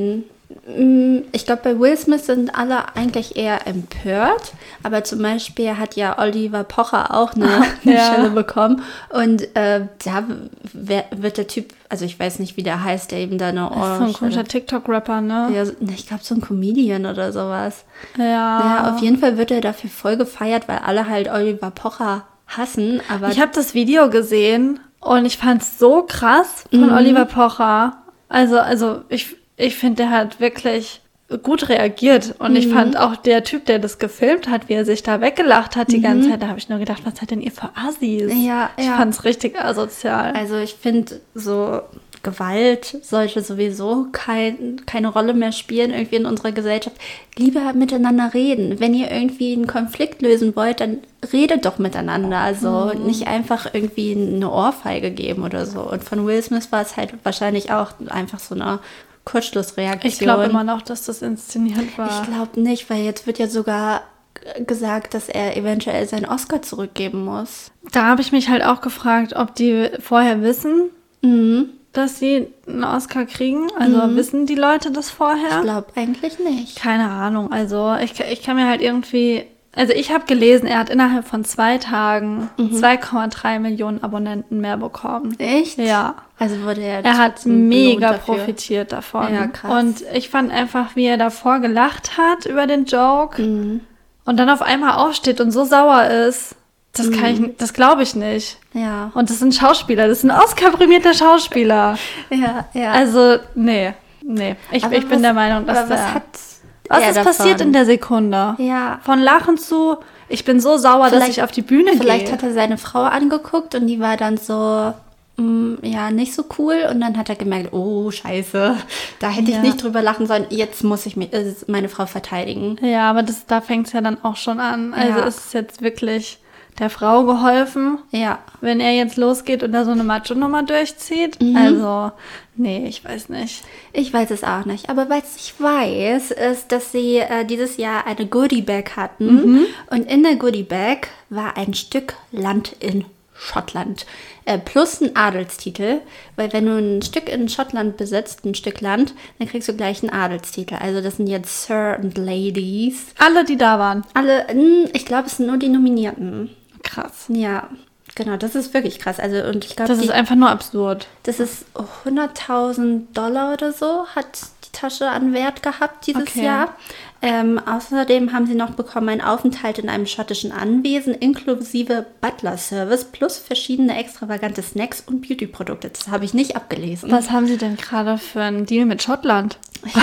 Ich glaube, bei Will Smith sind alle eigentlich eher empört, aber zum Beispiel hat ja Oliver Pocher auch eine, eine Ja. Stelle bekommen und äh, da wer- wird der Typ, also ich weiß nicht, wie der heißt, der eben da eine Das ist so ein Ohrstelle- komischer TikTok-Rapper, ne? ja, so- ich glaube so ein Comedian oder sowas. Ja. Ja, auf jeden Fall wird er dafür voll gefeiert, weil alle halt Oliver Pocher hassen, aber Ich habe das Video gesehen und ich fand es so krass von Mhm. Oliver Pocher. Also, also ich, ich finde, der hat wirklich gut reagiert. Und Mhm. ich fand auch der Typ, der das gefilmt hat, wie er sich da weggelacht hat die ganze Zeit, da habe ich nur gedacht, was seid denn ihr für Assis? Mhm. Ja, ich ja. fand es richtig asozial. Also ich finde, so Gewalt sollte sowieso kein, keine Rolle mehr spielen irgendwie in unserer Gesellschaft. Lieber miteinander reden. Wenn ihr irgendwie einen Konflikt lösen wollt, dann redet doch miteinander. Also nicht einfach irgendwie eine Ohrfeige geben oder so. Und von Will Smith war es halt wahrscheinlich auch einfach so eine Kurzschlussreaktion. Ich glaube immer noch, dass das inszeniert war. Ich glaube nicht, weil jetzt wird ja sogar gesagt, dass er eventuell seinen Oscar zurückgeben muss. Da habe ich mich halt auch gefragt, ob die vorher wissen, Mhm. dass sie einen Oscar kriegen. Also wissen die Leute das vorher? Ich glaube eigentlich nicht. Keine Ahnung. Also ich, ich kann mir halt irgendwie... Also ich habe gelesen, er hat innerhalb von zwei Tagen zwei Komma drei Millionen Abonnenten mehr bekommen. Echt? Ja. Also wurde er Er hat trotzdem mega belohnt dafür. profitiert davon. Ja, krass. Und ich fand einfach, wie er davor gelacht hat über den Joke Mhm. und dann auf einmal aufsteht und so sauer ist. Das kann ich, das glaube ich nicht. Ja. Und das sind Schauspieler, das sind Oscar-prämierte Schauspieler. Ja, ja. Also, nee, nee. Ich, Aber ich bin was- der Meinung, dass aber was der, hat was er ist davon? passiert in der Sekunde? Ja. Von Lachen zu, ich bin so sauer, dass Vielleicht- ich auf die Bühne gehe. Vielleicht hat er seine Frau angeguckt und die war dann so, mm, ja, nicht so cool. Und dann hat er gemerkt, oh, scheiße, da hätte Ja. ich nicht drüber lachen sollen. Jetzt muss ich mich, äh, meine Frau verteidigen. Ja, aber das, da fängt es ja dann auch schon an. Also Ja. ist es jetzt wirklich der Frau geholfen, Ja. wenn er jetzt losgeht und da so eine Macho-Nummer durchzieht? Mhm. Also, nee, ich weiß nicht. Ich weiß es auch nicht. Aber was ich weiß, ist, dass sie äh, dieses Jahr eine Goodie-Bag hatten. Und in der Goodie-Bag war ein Stück Land in Schottland. Äh, plus ein Adelstitel. Weil wenn du ein Stück in Schottland besitzt, ein Stück Land, dann kriegst du gleich einen Adelstitel. Also das sind jetzt Sir und Ladies. Alle, die da waren. Alle, mm, ich glaube, es sind nur die Nominierten. Krass. Ja, genau, das ist wirklich krass. Also und ich glaube, Das die- ist einfach nur absurd. das ist hunderttausend Dollar oder so, hat die Tasche an Wert gehabt dieses Okay. Jahr. Ähm, außerdem haben sie noch bekommen einen Aufenthalt in einem schottischen Anwesen inklusive Butler-Service plus verschiedene extravagante Snacks und Beauty-Produkte. Das habe ich nicht abgelesen. Was haben sie denn gerade für einen Deal mit Schottland?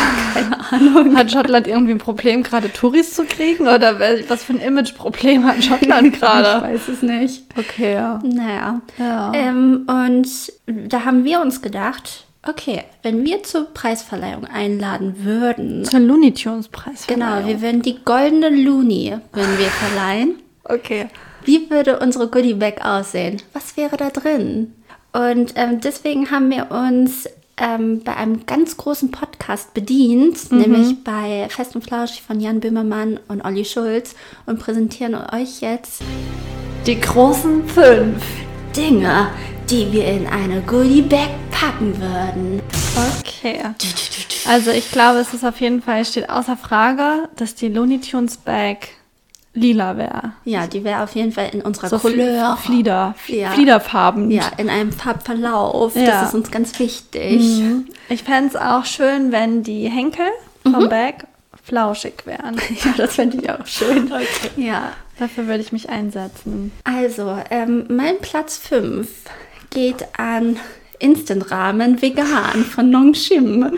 Keine Ahnung. Hat Schottland irgendwie ein Problem, gerade Touris zu kriegen? Oder wel- was für ein Image-Problem hat Schottland Ich gerade? weiß es nicht. Okay, ja. Naja. Ja. Ähm, und da haben wir uns gedacht, okay, wenn wir zur Preisverleihung einladen würden, Zur Looney Tunes Preis. genau, wir würden die goldene Looney, würden wir verleihen. Okay. Wie würde unsere Goodie Bag aussehen? Was wäre da drin? Und ähm, deswegen haben wir uns ähm, bei einem ganz großen Podcast bedient, nämlich bei Fest und Flauschig von Jan Böhmermann und Olli Schulz und präsentieren euch jetzt Die großen fünf. Dinge, die wir in eine Goodie Bag packen würden. Okay. Also ich glaube, es ist auf jeden Fall, steht außer Frage, dass die Looney Tunes Bag lila wäre. Ja, die wäre auf jeden Fall in unserer So Couleur. Flieder. Ja. Fliederfarben. Ja, in einem Farbverlauf. Ja. Das ist uns ganz wichtig. Mhm. Ich fände es auch schön, wenn die Henkel vom Bag flauschig wären. Ja, das fände ich auch schön. Okay. Ja. Dafür würde ich mich einsetzen. Also, ähm, mein Platz fünf geht an Instant-Ramen vegan von Nongshim.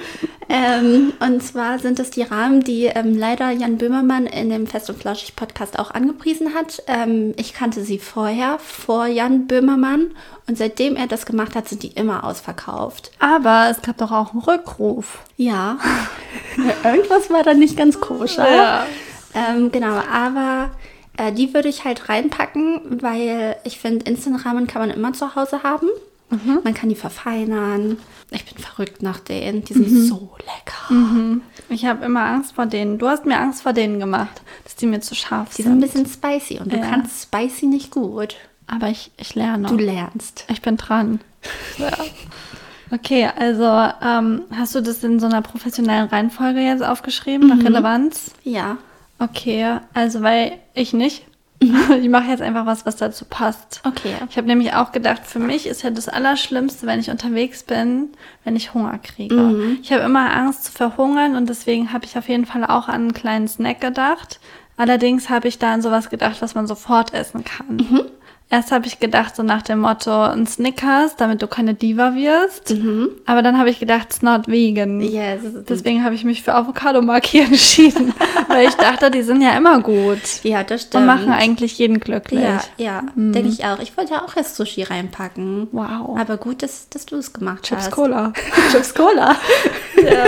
ähm, und zwar sind es die Ramen, die ähm, leider Jan Böhmermann in dem Fest und Flauschig Podcast auch angepriesen hat. Ähm, ich kannte sie vorher, vor Jan Böhmermann. Und seitdem er das gemacht hat, sind die immer ausverkauft. Aber es gab doch auch einen Rückruf. Ja, irgendwas war da nicht ganz koscher. Ja. Ähm, genau, aber äh, die würde ich halt reinpacken, weil ich finde, Instant-Ramen kann man immer zu Hause haben. Man kann die verfeinern. Ich bin verrückt nach denen. Die sind so lecker. Ich habe immer Angst vor denen. Du hast mir Angst vor denen gemacht, dass die mir zu scharf Die sind ein sind. bisschen spicy und du Ja. kannst spicy nicht gut. Aber ich, ich lerne. Du lernst. Ich bin dran. Ja. Okay, also ähm, hast du das in so einer professionellen Reihenfolge jetzt aufgeschrieben, nach Relevanz? Ja. Okay, also weil ich nicht. Ich mache jetzt einfach was, was dazu passt. Okay. Ich habe nämlich auch gedacht, für mich ist ja das Allerschlimmste, wenn ich unterwegs bin, wenn ich Hunger kriege. Mhm. Ich habe immer Angst zu verhungern und deswegen habe ich auf jeden Fall auch an einen kleinen Snack gedacht. Allerdings habe ich da an sowas gedacht, was man sofort essen kann. Mhm. Erst habe ich gedacht, so nach dem Motto, ein Snickers, damit du keine Diva wirst. Mhm. Aber dann habe ich gedacht, it's not vegan. Yes. Deswegen habe ich mich für Avocado-Maki entschieden. Weil ich dachte, die sind ja immer gut. Ja, das stimmt. Und machen eigentlich jeden glücklich. Ja, ja, mhm. denke ich auch. Ich wollte ja auch erst Sushi reinpacken. Wow. Aber gut, dass, dass du es gemacht Chips hast. Cola. Chips Cola. Ja.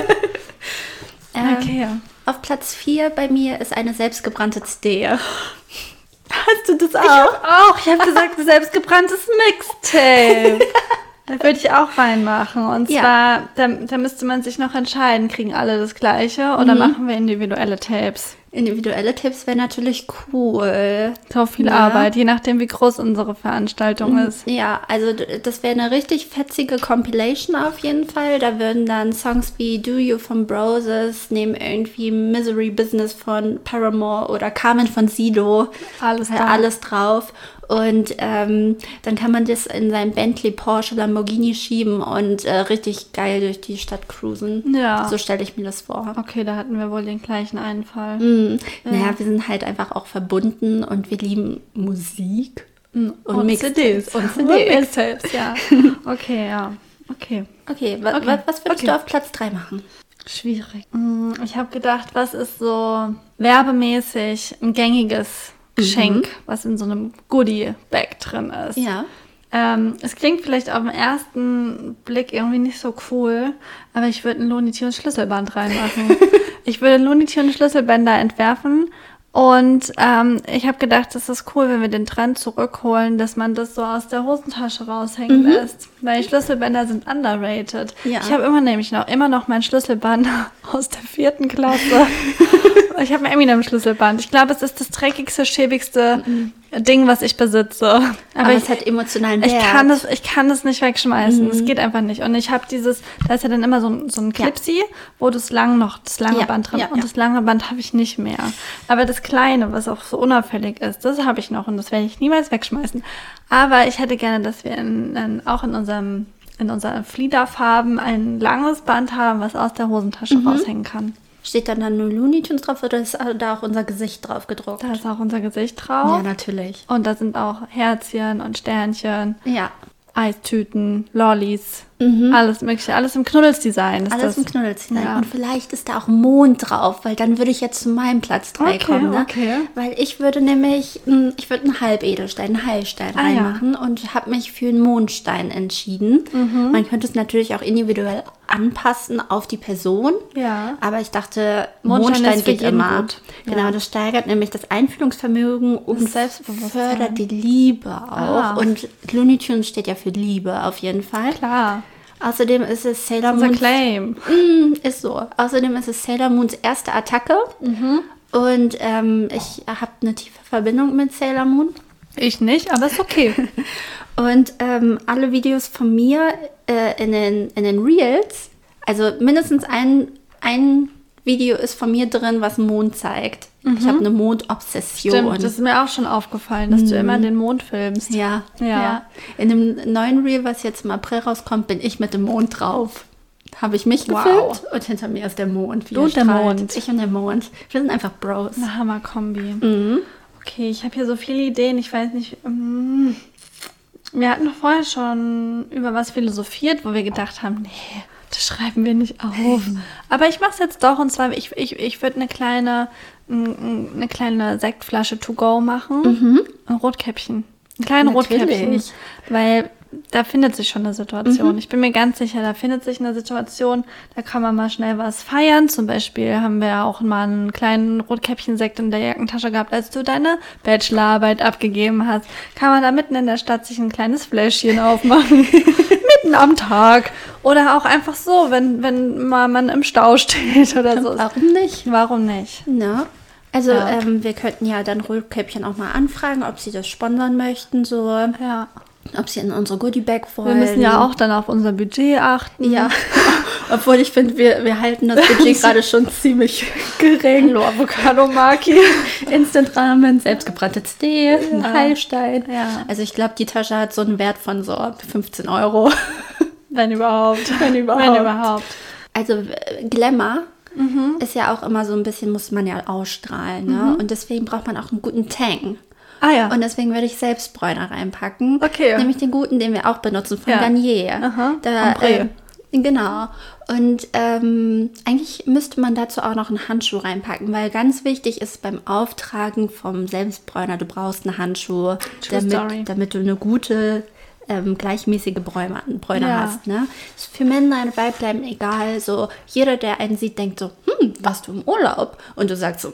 Ähm, Okay, ja. Auf Platz vier bei mir ist eine selbstgebrannte Zehe. Hast du das auch? Ich auch. Ich habe gesagt, selbstgebranntes Mixtape. Da würde ich auch reinmachen. Und Ja. zwar, da, da müsste man sich noch entscheiden, kriegen alle das Gleiche oder machen wir individuelle Tapes? Individuelle Tipps wäre natürlich cool. So viel Ja. Arbeit, je nachdem, wie groß unsere Veranstaltung ist. Ja, also d- das wäre eine richtig fetzige Compilation auf jeden Fall. Da würden dann Songs wie Do You von Broses, neben irgendwie Misery Business von Paramore oder Carmen von Sido. Alles äh, da. alles drauf. Und ähm, dann kann man das in sein Bentley, Porsche, Lamborghini schieben und äh, richtig geil durch die Stadt cruisen. Ja. So stelle ich mir das vor. Okay, da hatten wir wohl den gleichen Einfall. Mhm. Naja, wir sind halt einfach auch verbunden und wir lieben Musik. Und Mixtapes. Und Und C Ds. C Ds. Mixtapes, ja. Okay, ja. Okay. Okay, wa Okay. wa was würdest Okay. du auf Platz drei machen? Schwierig. Mm, Ich habe gedacht, was ist so werbemäßig ein gängiges Geschenk, was in so einem Goodie-Bag drin ist. Ja. Ähm, es klingt vielleicht auf den ersten Blick irgendwie nicht so cool, aber ich würde ein Looney Tunes Schlüsselband reinmachen. Ich würde Looney Tunes Schlüsselbänder entwerfen und ähm, ich habe gedacht, das ist cool, wenn wir den Trend zurückholen, dass man das so aus der Hosentasche raushängen lässt, weil Schlüsselbänder sind underrated. Ja. Ich habe immer nämlich noch immer noch mein Schlüsselband aus der vierten Klasse. Ich habe ein Eminem-Schlüsselband. Ich glaube, es ist das dreckigste, schäbigste Ding, was ich besitze. Aber, Aber ich, es hat emotionalen Wert. ich kann das, ich kann das nicht wegschmeißen. Es geht einfach nicht. Und ich habe dieses, da ist ja dann immer so ein, so ein Clipsy, wo das lang noch, das lange Ja, Band drin ja, und ja. das lange Band habe ich nicht mehr. Aber das kleine, was auch so unauffällig ist, das habe ich noch und das werde ich niemals wegschmeißen. Aber ich hätte gerne, dass wir in, in, auch in unserem, in unseren Fliederfarben ein langes Band haben, was aus der Hosentasche raushängen kann. Steht dann da nur Looney Tunes drauf oder ist da auch unser Gesicht drauf gedruckt? Da ist auch unser Gesicht drauf. Ja, natürlich. Und da sind auch Herzchen und Sternchen, Ja, Eistüten, Lollis, alles mögliche, alles im Knuddelsdesign ist alles das. im Knuddeldesign. Ja. Und vielleicht ist da auch Mond drauf, weil dann würde ich jetzt zu meinem Platz drei Okay, kommen. Ne? okay. Weil ich würde nämlich, mh, ich würde einen Halbedelstein, einen Heilstein Ah, ja. reinmachen und habe mich für einen Mondstein entschieden. Mhm. Man könnte es natürlich auch individuell anpassen auf die Person. Ja. Aber ich dachte, Mondstein Mondstein, ist für geht jeden immer. gut. Genau, Ja. das steigert nämlich das Einfühlungsvermögen und Das Selbstbewusstsein. fördert die Liebe auch. Ah. Und Looney Tunes steht ja für Liebe auf jeden Fall. Klar, Außerdem ist es Sailor unser Moons. Claim. Mm, ist so. Außerdem ist es Sailor Moons erste Attacke. Und ähm, ich habe eine tiefe Verbindung mit Sailor Moon. Ich nicht, aber ist okay. Und ähm, alle Videos von mir äh, in, den, in den Reels, also mindestens ein, ein Video ist von mir drin, was Mond zeigt. Ich habe eine Mondobsession. Stimmt, das ist mir auch schon aufgefallen, dass du immer den Mond filmst. Ja, Ja. ja, In dem neuen Reel, was jetzt im April rauskommt, bin ich mit dem Mond drauf. Habe ich mich Wow. gefilmt und hinter mir ist der Mond. wie Du er und der strahlt. Mond. Ich und der Mond. Wir sind einfach Bros. Eine Hammerkombi. Mhm. Okay, ich habe hier so viele Ideen, ich weiß nicht. mm. Wir hatten doch vorher schon über was philosophiert, wo wir gedacht haben, nee, das schreiben wir nicht auf. Aber ich mache es jetzt doch, und zwar, ich, ich, ich würde eine kleine, n- eine kleine Sektflasche to go machen. Ein Rotkäppchen. Ein kleines Natürlich. Rotkäppchen. Weil da findet sich schon eine Situation. Ich bin mir ganz sicher, da findet sich eine Situation, da kann man mal schnell was feiern. Zum Beispiel haben wir auch mal einen kleinen Rotkäppchen-Sekt in der Jackentasche gehabt, als du deine Bachelorarbeit abgegeben hast. Kann man da mitten in der Stadt sich ein kleines Fläschchen aufmachen. Mitten am Tag. Oder auch einfach so, wenn, wenn mal man im Stau steht oder so. Warum nicht? Warum nicht? Na, also Ja. ähm, wir könnten ja dann Rotkäppchen auch mal anfragen, ob sie das sponsern möchten. So. Ja. ob sie in unsere Goodie-Bag wollen. Wir müssen ja auch dann auf unser Budget achten. Ja, obwohl ich finde, wir, wir halten das Budget gerade schon ziemlich gering. Hallo, Avocado-Maki. Instant-Ramen, selbstgebranntes Tee, ein Ja. Heilstein. Ja. Also ich glaube, die Tasche hat so einen Wert von so fünfzehn Euro. Wenn überhaupt. Wenn überhaupt. Wenn überhaupt. Also äh, Glamour ist ja auch immer so ein bisschen, muss man ja ausstrahlen. Ne? Und deswegen braucht man auch einen guten Tang. Ah ja. Und deswegen würde ich selbst Bräuner reinpacken. Okay. Nämlich den guten, den wir auch benutzen, von Ja. Garnier. Aha, Da, Ombre. äh, genau. Und ähm, eigentlich müsste man dazu auch noch einen Handschuh reinpacken, weil ganz wichtig ist beim Auftragen vom Selbstbräuner, du brauchst einen Handschuh, True story. damit, damit du eine gute, ähm, gleichmäßige Bräuner, Bräuner Ja. hast. Ne? Ist für Männer und Weiblein egal. So, jeder, der einen sieht, denkt so, hm, warst du im Urlaub? Und du sagst so,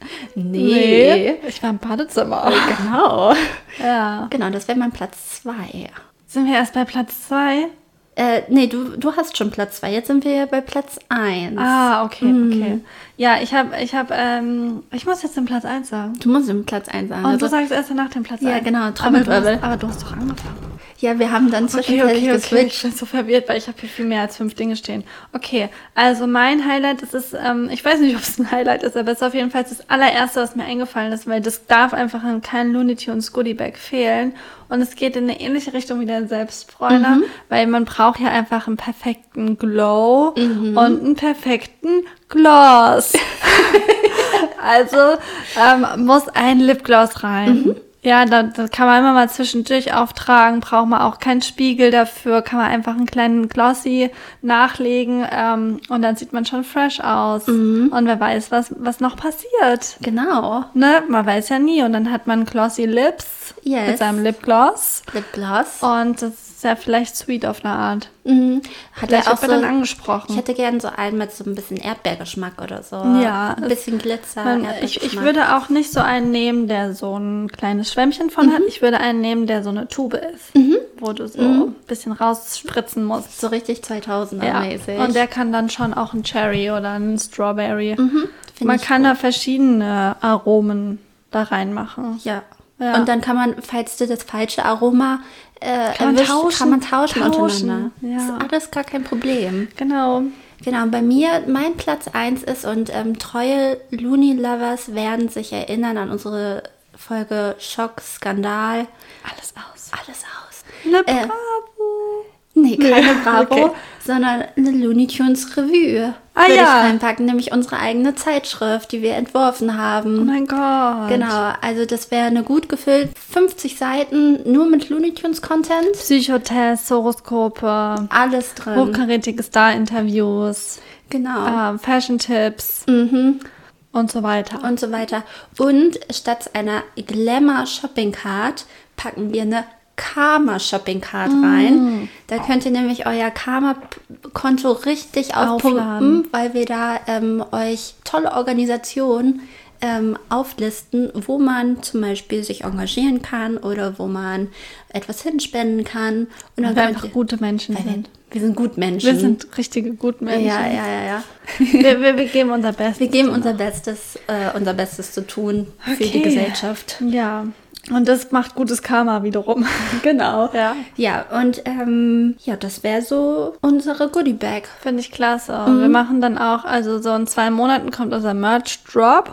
nee. Ich war im Badezimmer. Genau. Ja. Genau, das wäre mein Platz zwei. Sind wir erst bei Platz zwei? Äh, nee, du, du hast schon Platz zwei. Jetzt sind wir ja bei Platz eins. Ah, okay, okay. Ja, ich habe, ich habe, ähm, ich muss jetzt den Platz eins sagen. Du musst den Platz eins sagen. Und Also, du sagst erst danach den Platz Ja, eins. genau, aber du, Trommelwirbel. hast, aber du hast doch angefangen. ja, wir haben dann Okay, zwischenzeitlich okay, okay. geswitcht. Ich bin so verwirrt, weil ich habe hier viel mehr als fünf Dinge stehen. Okay, also mein Highlight, das ist, ähm, ich weiß nicht, ob es ein Highlight ist, aber es ist auf jeden Fall das allererste, was mir eingefallen ist, weil das darf einfach in keinem Looney Tunes Goodie Bag fehlen. Und es geht in eine ähnliche Richtung wie der Selbstbräuner, weil man braucht ja einfach einen perfekten Glow und einen perfekten Gloss. Also ähm, muss ein Lipgloss rein. Ja, da, da kann man immer mal zwischendurch auftragen, braucht man auch keinen Spiegel dafür, kann man einfach einen kleinen Glossy nachlegen ähm, und dann sieht man schon fresh aus. Und wer weiß, was, was noch passiert. Genau. Ne? Man weiß ja nie. Und dann hat man Glossy Lips Yes. mit seinem Lipgloss. Lipgloss. Und das ist ja vielleicht sweet auf eine Art. Mhm. Hat Vielleicht er auch wird man so, dann angesprochen. ich hätte gern so einen mit so ein bisschen Erdbeergeschmack oder so. Ja, Ein bisschen Glitzer, Man, ich, Erdbeergeschmack. ich würde auch nicht so einen nehmen, der so ein kleines Schwämmchen von hat. Ich würde einen nehmen, der so eine Tube ist, wo du so ein bisschen rausspritzen musst. so richtig Ja. zweitausender-mäßig. Und der kann dann schon auch ein Cherry oder ein Strawberry. Find Man ich kann da verschiedene Aromen da reinmachen. Ja. Ja. Und dann kann man, falls du das falsche Aroma äh, Kann man erwischt, tauschen. kann man tauschen, Tauschen, untereinander. ja. Das ist alles gar kein Problem. Genau. Genau, bei mir mein Platz eins ist und ähm, treue Looney-Lovers werden sich erinnern an unsere Folge Schock, Skandal. Alles aus. Alles aus. Le Äh, Bravo. Nee, keine Bravo, Okay. sondern eine Looney Tunes Revue Ah, würde ja. ich reinpacken, nämlich unsere eigene Zeitschrift, die wir entworfen Oh haben. mein Gott. Genau, also das wäre eine gut gefüllt, fünfzig Seiten, nur mit Looney Tunes Content. Psychotests, Horoskope, Alles drin. hochkarätige Star-Interviews, Genau. äh, Fashion-Tipps und so weiter. Und so weiter. Und statt einer Glamour Shopping Card packen wir eine Karma Shopping Card rein. Da könnt ihr nämlich euer Karma-Konto richtig aufpumpen, Aufladen. weil wir da ähm, euch tolle Organisationen ähm, auflisten, wo man zum Beispiel sich engagieren kann oder wo man etwas hinspenden kann. Und dann Weil wir könnt einfach ihr, gute Menschen weil wir, sind. wir sind gut Menschen. Wir sind richtige Gutmenschen. ja, ja, ja, ja. Wir, wir, wir geben unser Bestes. Wir geben unser Bestes, äh, unser Bestes zu tun für die Okay. Gesellschaft. Ja. Und das macht gutes Karma wiederum. Genau. Ja. Ja, und ähm, ja, das wäre so unsere Goodie Bag. Finde ich klasse. Wir machen dann auch, also so in zwei Monaten kommt unser Merch-Drop.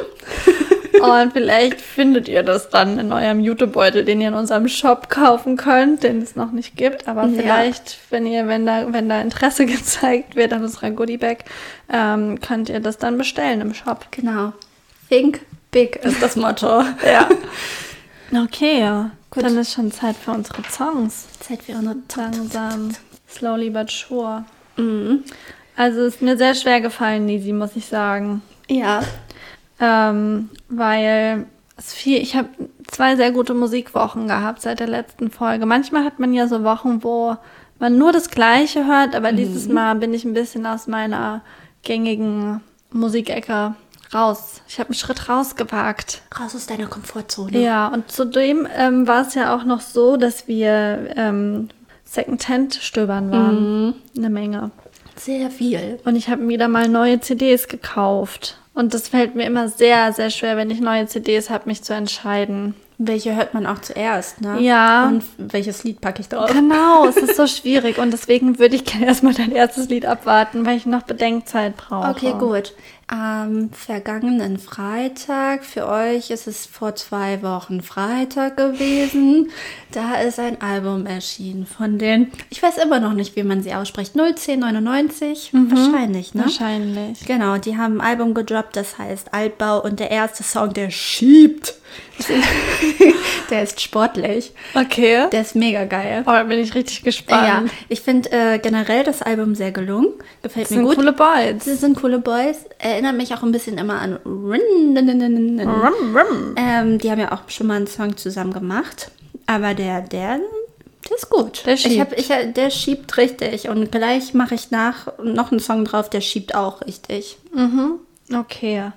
Und vielleicht findet ihr das dann in eurem Jutebeutel, den ihr in unserem Shop kaufen könnt, den es noch nicht gibt. Aber Ja. vielleicht, wenn ihr, wenn da, wenn da Interesse gezeigt wird an unserer Goodie Bag, ähm, könnt ihr das dann bestellen im Shop. Genau. Think big ist das Motto. Ja. Okay, ja. Gut. Dann ist schon Zeit für unsere Songs. Zeit für unsere Langsam. Slowly but sure. Mhm. Also ist mir sehr schwer gefallen, Nisi, muss ich sagen. Ja. Ähm, weil es viel, ich habe zwei sehr gute Musikwochen gehabt seit der letzten Folge. Manchmal hat man ja so Wochen, wo man nur das Gleiche hört, aber dieses Mal bin ich ein bisschen aus meiner gängigen Musikecke raus. Ich habe einen Schritt rausgewagt. Raus aus deiner Komfortzone. Ja, und zudem ähm, war es ja auch noch so, dass wir ähm, Secondhand stöbern waren. Eine Menge. Sehr viel. Und ich habe mir wieder mal neue C Ds gekauft. Und das fällt mir immer sehr, sehr schwer, wenn ich neue C Ds habe, mich zu entscheiden. Welche hört man auch zuerst, ne? Ja. Und welches Lied packe ich drauf? Genau, es ist so schwierig und deswegen würde ich gerne erstmal dein erstes Lied abwarten, weil ich noch Bedenkzeit brauche. Okay, gut. Am vergangenen Freitag, für euch ist es vor zwei Wochen Freitag gewesen, da ist ein Album erschienen von den, ich weiß immer noch nicht, wie man sie ausspricht, null zehn neunundneunzig, mhm. wahrscheinlich, ne? Wahrscheinlich. Genau, die haben ein Album gedroppt, das heißt Altbau und der erste Song, der schiebt. Der ist sportlich. Okay. Der ist mega geil. Oh, da bin ich richtig gespannt. Ja, ich finde äh, generell das Album sehr gelungen. Gefällt das mir sind gut. Coole Boys. Das sind coole Boys. Erinnert mich auch ein bisschen immer an Rum, rum. Ähm, die haben ja auch schon mal einen Song zusammen gemacht. Aber der, der, der ist gut. Der schiebt. Ich hab, ich, der schiebt richtig. Und gleich mache ich nach noch einen Song drauf, der schiebt auch richtig. Mhm. Okay.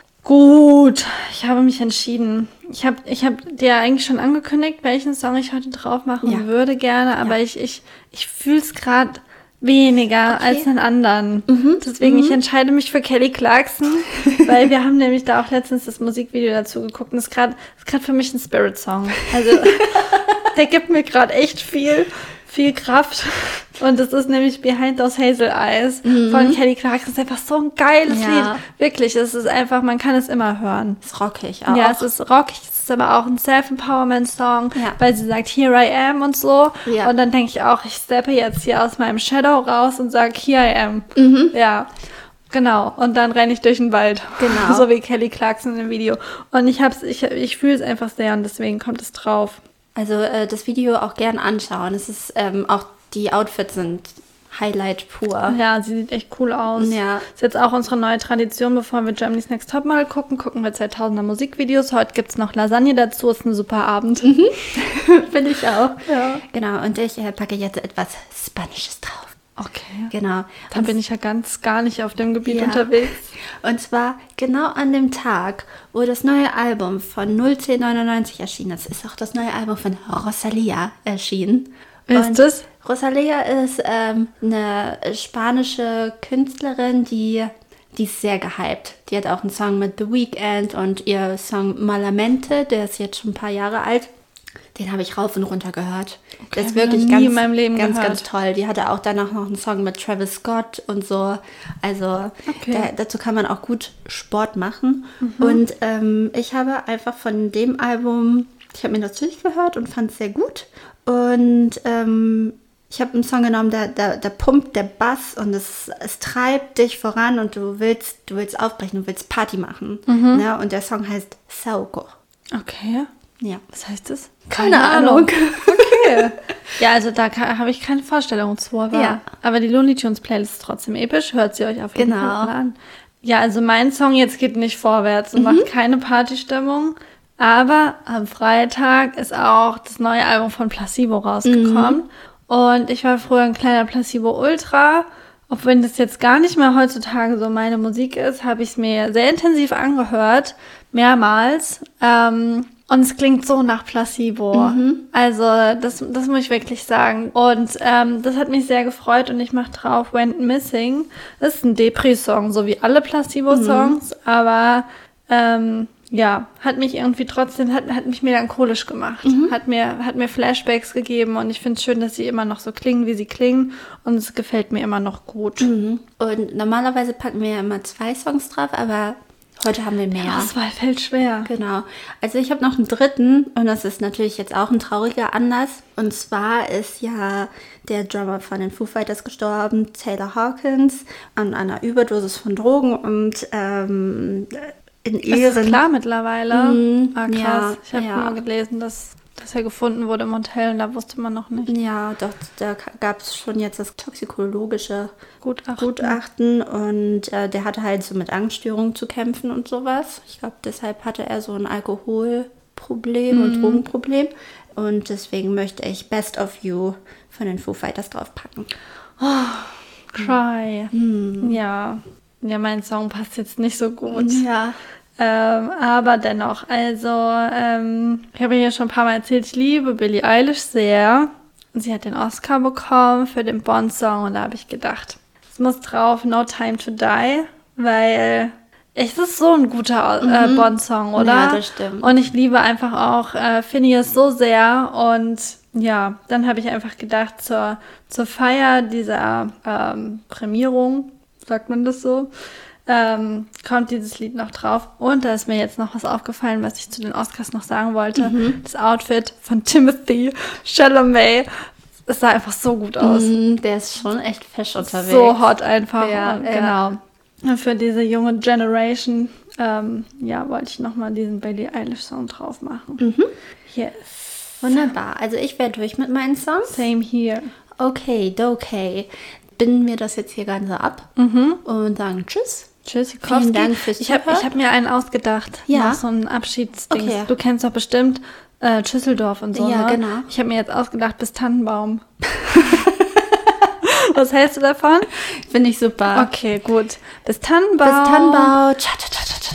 Gut, ich habe mich entschieden. Ich habe ich hab dir eigentlich schon angekündigt, welchen Song ich heute drauf machen ja. würde gerne, aber ja. ich, ich, ich fühle es gerade weniger okay. als den anderen. Mhm. Deswegen, mhm. ich entscheide mich für Kelly Clarkson, weil wir haben nämlich da auch letztens das Musikvideo dazu geguckt und das ist gerade für mich ein Spirit-Song. Also der gibt mir gerade echt viel, viel Kraft. Und das ist nämlich Behind Those Hazel Eyes mhm. von Kelly Clarkson. Das ist einfach so ein geiles ja. Lied. Wirklich, es ist einfach, man kann es immer hören. Es ist rockig auch. Ja, es ist rockig, es ist aber auch ein Self-Empowerment-Song, ja. weil sie sagt, here I am und so. Ja. Und dann denke ich auch, ich steppe jetzt hier aus meinem Shadow raus und sage, here I am. Mhm. Ja, genau. Und dann renne ich durch den Wald. Genau. So wie Kelly Clarkson im Video. Und ich hab's, ich, ich fühle es einfach sehr und deswegen kommt es drauf. Also äh, das Video auch gern anschauen. Es ist ähm, auch die Outfits sind Highlight pur. Ja, sie sieht echt cool aus. Ja. Ist jetzt auch unsere neue Tradition, bevor wir Germany's Next Topmodel gucken, gucken wir zweitausender Musikvideos. Heute gibt es noch Lasagne dazu, ist ein super Abend. Mhm. Finde ich auch. Ja. Genau, und ich äh, packe jetzt etwas Spanisches drauf. Okay. Genau. Dann und bin ich ja ganz gar nicht auf dem Gebiet ja. unterwegs. Und zwar genau an dem Tag, wo das neue Album von null zehn neunundneunzig erschienen ist, ist auch das neue Album von Rosalía erschienen. Wer ist das? Rosalía ist ähm, eine spanische Künstlerin, die, die ist sehr gehypt. Die hat auch einen Song mit The Weeknd und ihr Song Malamente, der ist jetzt schon ein paar Jahre alt. Den habe ich rauf und runter gehört. Okay, der ist wirklich nie ganz, in meinem Leben ganz, gehört. ganz toll. Die hatte auch danach noch einen Song mit Travis Scott und so. Also okay. da, dazu kann man auch gut Sport machen. Mhm. Und ähm, ich habe einfach von dem Album, ich habe mir das durchgehört und fand es sehr gut. Und ähm, ich habe einen Song genommen, da, da, da pumpt der Bass und es, es treibt dich voran und du willst, du willst aufbrechen, du willst Party machen. Mhm. Ne? Und der Song heißt Saoko. Okay. Ja. Was heißt das? Keine, Keine Ahnung. Ahnung. Okay. Ja, also da habe ich keine Vorstellung zu. Aber, ja. aber die Looney Tunes Playlist ist trotzdem episch. Hört sie euch auf jeden genau. Fall an. Ja, also mein Song jetzt geht nicht vorwärts und mhm. macht keine Partystimmung. Aber am Freitag ist auch das neue Album von Placebo rausgekommen. Mhm. Und ich war früher ein kleiner Placebo-Ultra. Auch wenn das jetzt gar nicht mehr heutzutage so meine Musik ist, habe ich es mir sehr intensiv angehört. Mehrmals. Ähm, und es klingt so nach Placebo. Mhm. Also das, das muss ich wirklich sagen. Und ähm, das hat mich sehr gefreut und ich mache drauf Went Missing. Das ist ein Depri-Song, so wie alle Placebo-Songs. Mhm. Aber ähm, ja, hat mich irgendwie trotzdem, hat, hat mich melancholisch gemacht. Mhm. Hat mir, hat mir Flashbacks gegeben und ich finde es schön, dass sie immer noch so klingen, wie sie klingen. Und es gefällt mir immer noch gut. Mhm. Und normalerweise packen wir ja immer zwei Songs drauf, aber heute haben wir mehr. Die Auswahl fällt schwer. Genau. Also ich habe noch einen dritten und das ist natürlich jetzt auch ein trauriger Anlass. Und zwar ist ja der Drummer von den Foo Fighters gestorben, Taylor Hawkins, an einer Überdosis von Drogen und ähm, in Ehren. Das ist klar mittlerweile. Mhm. Ah, krass. Ja, ich habe ja. nur gelesen, dass, dass er gefunden wurde im Hotel und da wusste man noch nicht. Ja, doch, da gab es schon jetzt das toxikologische Gutachten. Gutachten und äh, der hatte halt so mit Angststörungen zu kämpfen und sowas. Ich glaube, deshalb hatte er so ein Alkoholproblem mhm. und Drogenproblem und deswegen möchte ich Best of You von den Foo Fighters draufpacken. Oh, Cry. Mhm. Ja. Ja, mein Song passt jetzt nicht so gut. Ja. Ähm, aber dennoch, also, ähm, ich habe ja schon ein paar Mal erzählt, ich liebe Billie Eilish sehr. Und sie hat den Oscar bekommen für den Bond-Song und da habe ich gedacht, es muss drauf No Time to Die, weil es ist so ein guter äh, Mhm. Bond-Song, oder? Ja, das stimmt. Und ich liebe einfach auch äh, Phineas so sehr. Und ja, dann habe ich einfach gedacht, zur, zur Feier dieser ähm, Prämierung, sagt man das so, ähm, kommt dieses Lied noch drauf. Und da ist mir jetzt noch was aufgefallen, was ich zu den Oscars noch sagen wollte. Mhm. Das Outfit von Timothée Chalamet. Es sah einfach so gut aus. Mm, der ist schon echt fesch unterwegs. So hot einfach. Ja, Und ja. genau. Für diese junge Generation, ähm, ja, wollte ich nochmal diesen Billie Eilish-Song drauf machen. Mhm. Yes. Wunderbar. Also ich wäre durch mit meinen Songs. Same here. Okay, okay. Binden wir das jetzt hier Ganze ab Mhm. und sagen Tschüss. Tschüss, Vielen Dank fürs Ich habe Zuhören. ich hab mir einen ausgedacht. Ja. Noch so ein Abschiedsding. Okay. Du kennst doch bestimmt äh, Schüsseldorf und so, Ja, ne? genau. Ich habe mir jetzt ausgedacht, bis Tannenbaum. Was hältst du davon? Finde ich super. Okay, gut. Bis Tannenbaum. Bis Tannenbau. Ciao, ciao, ciao, ciao, ciao.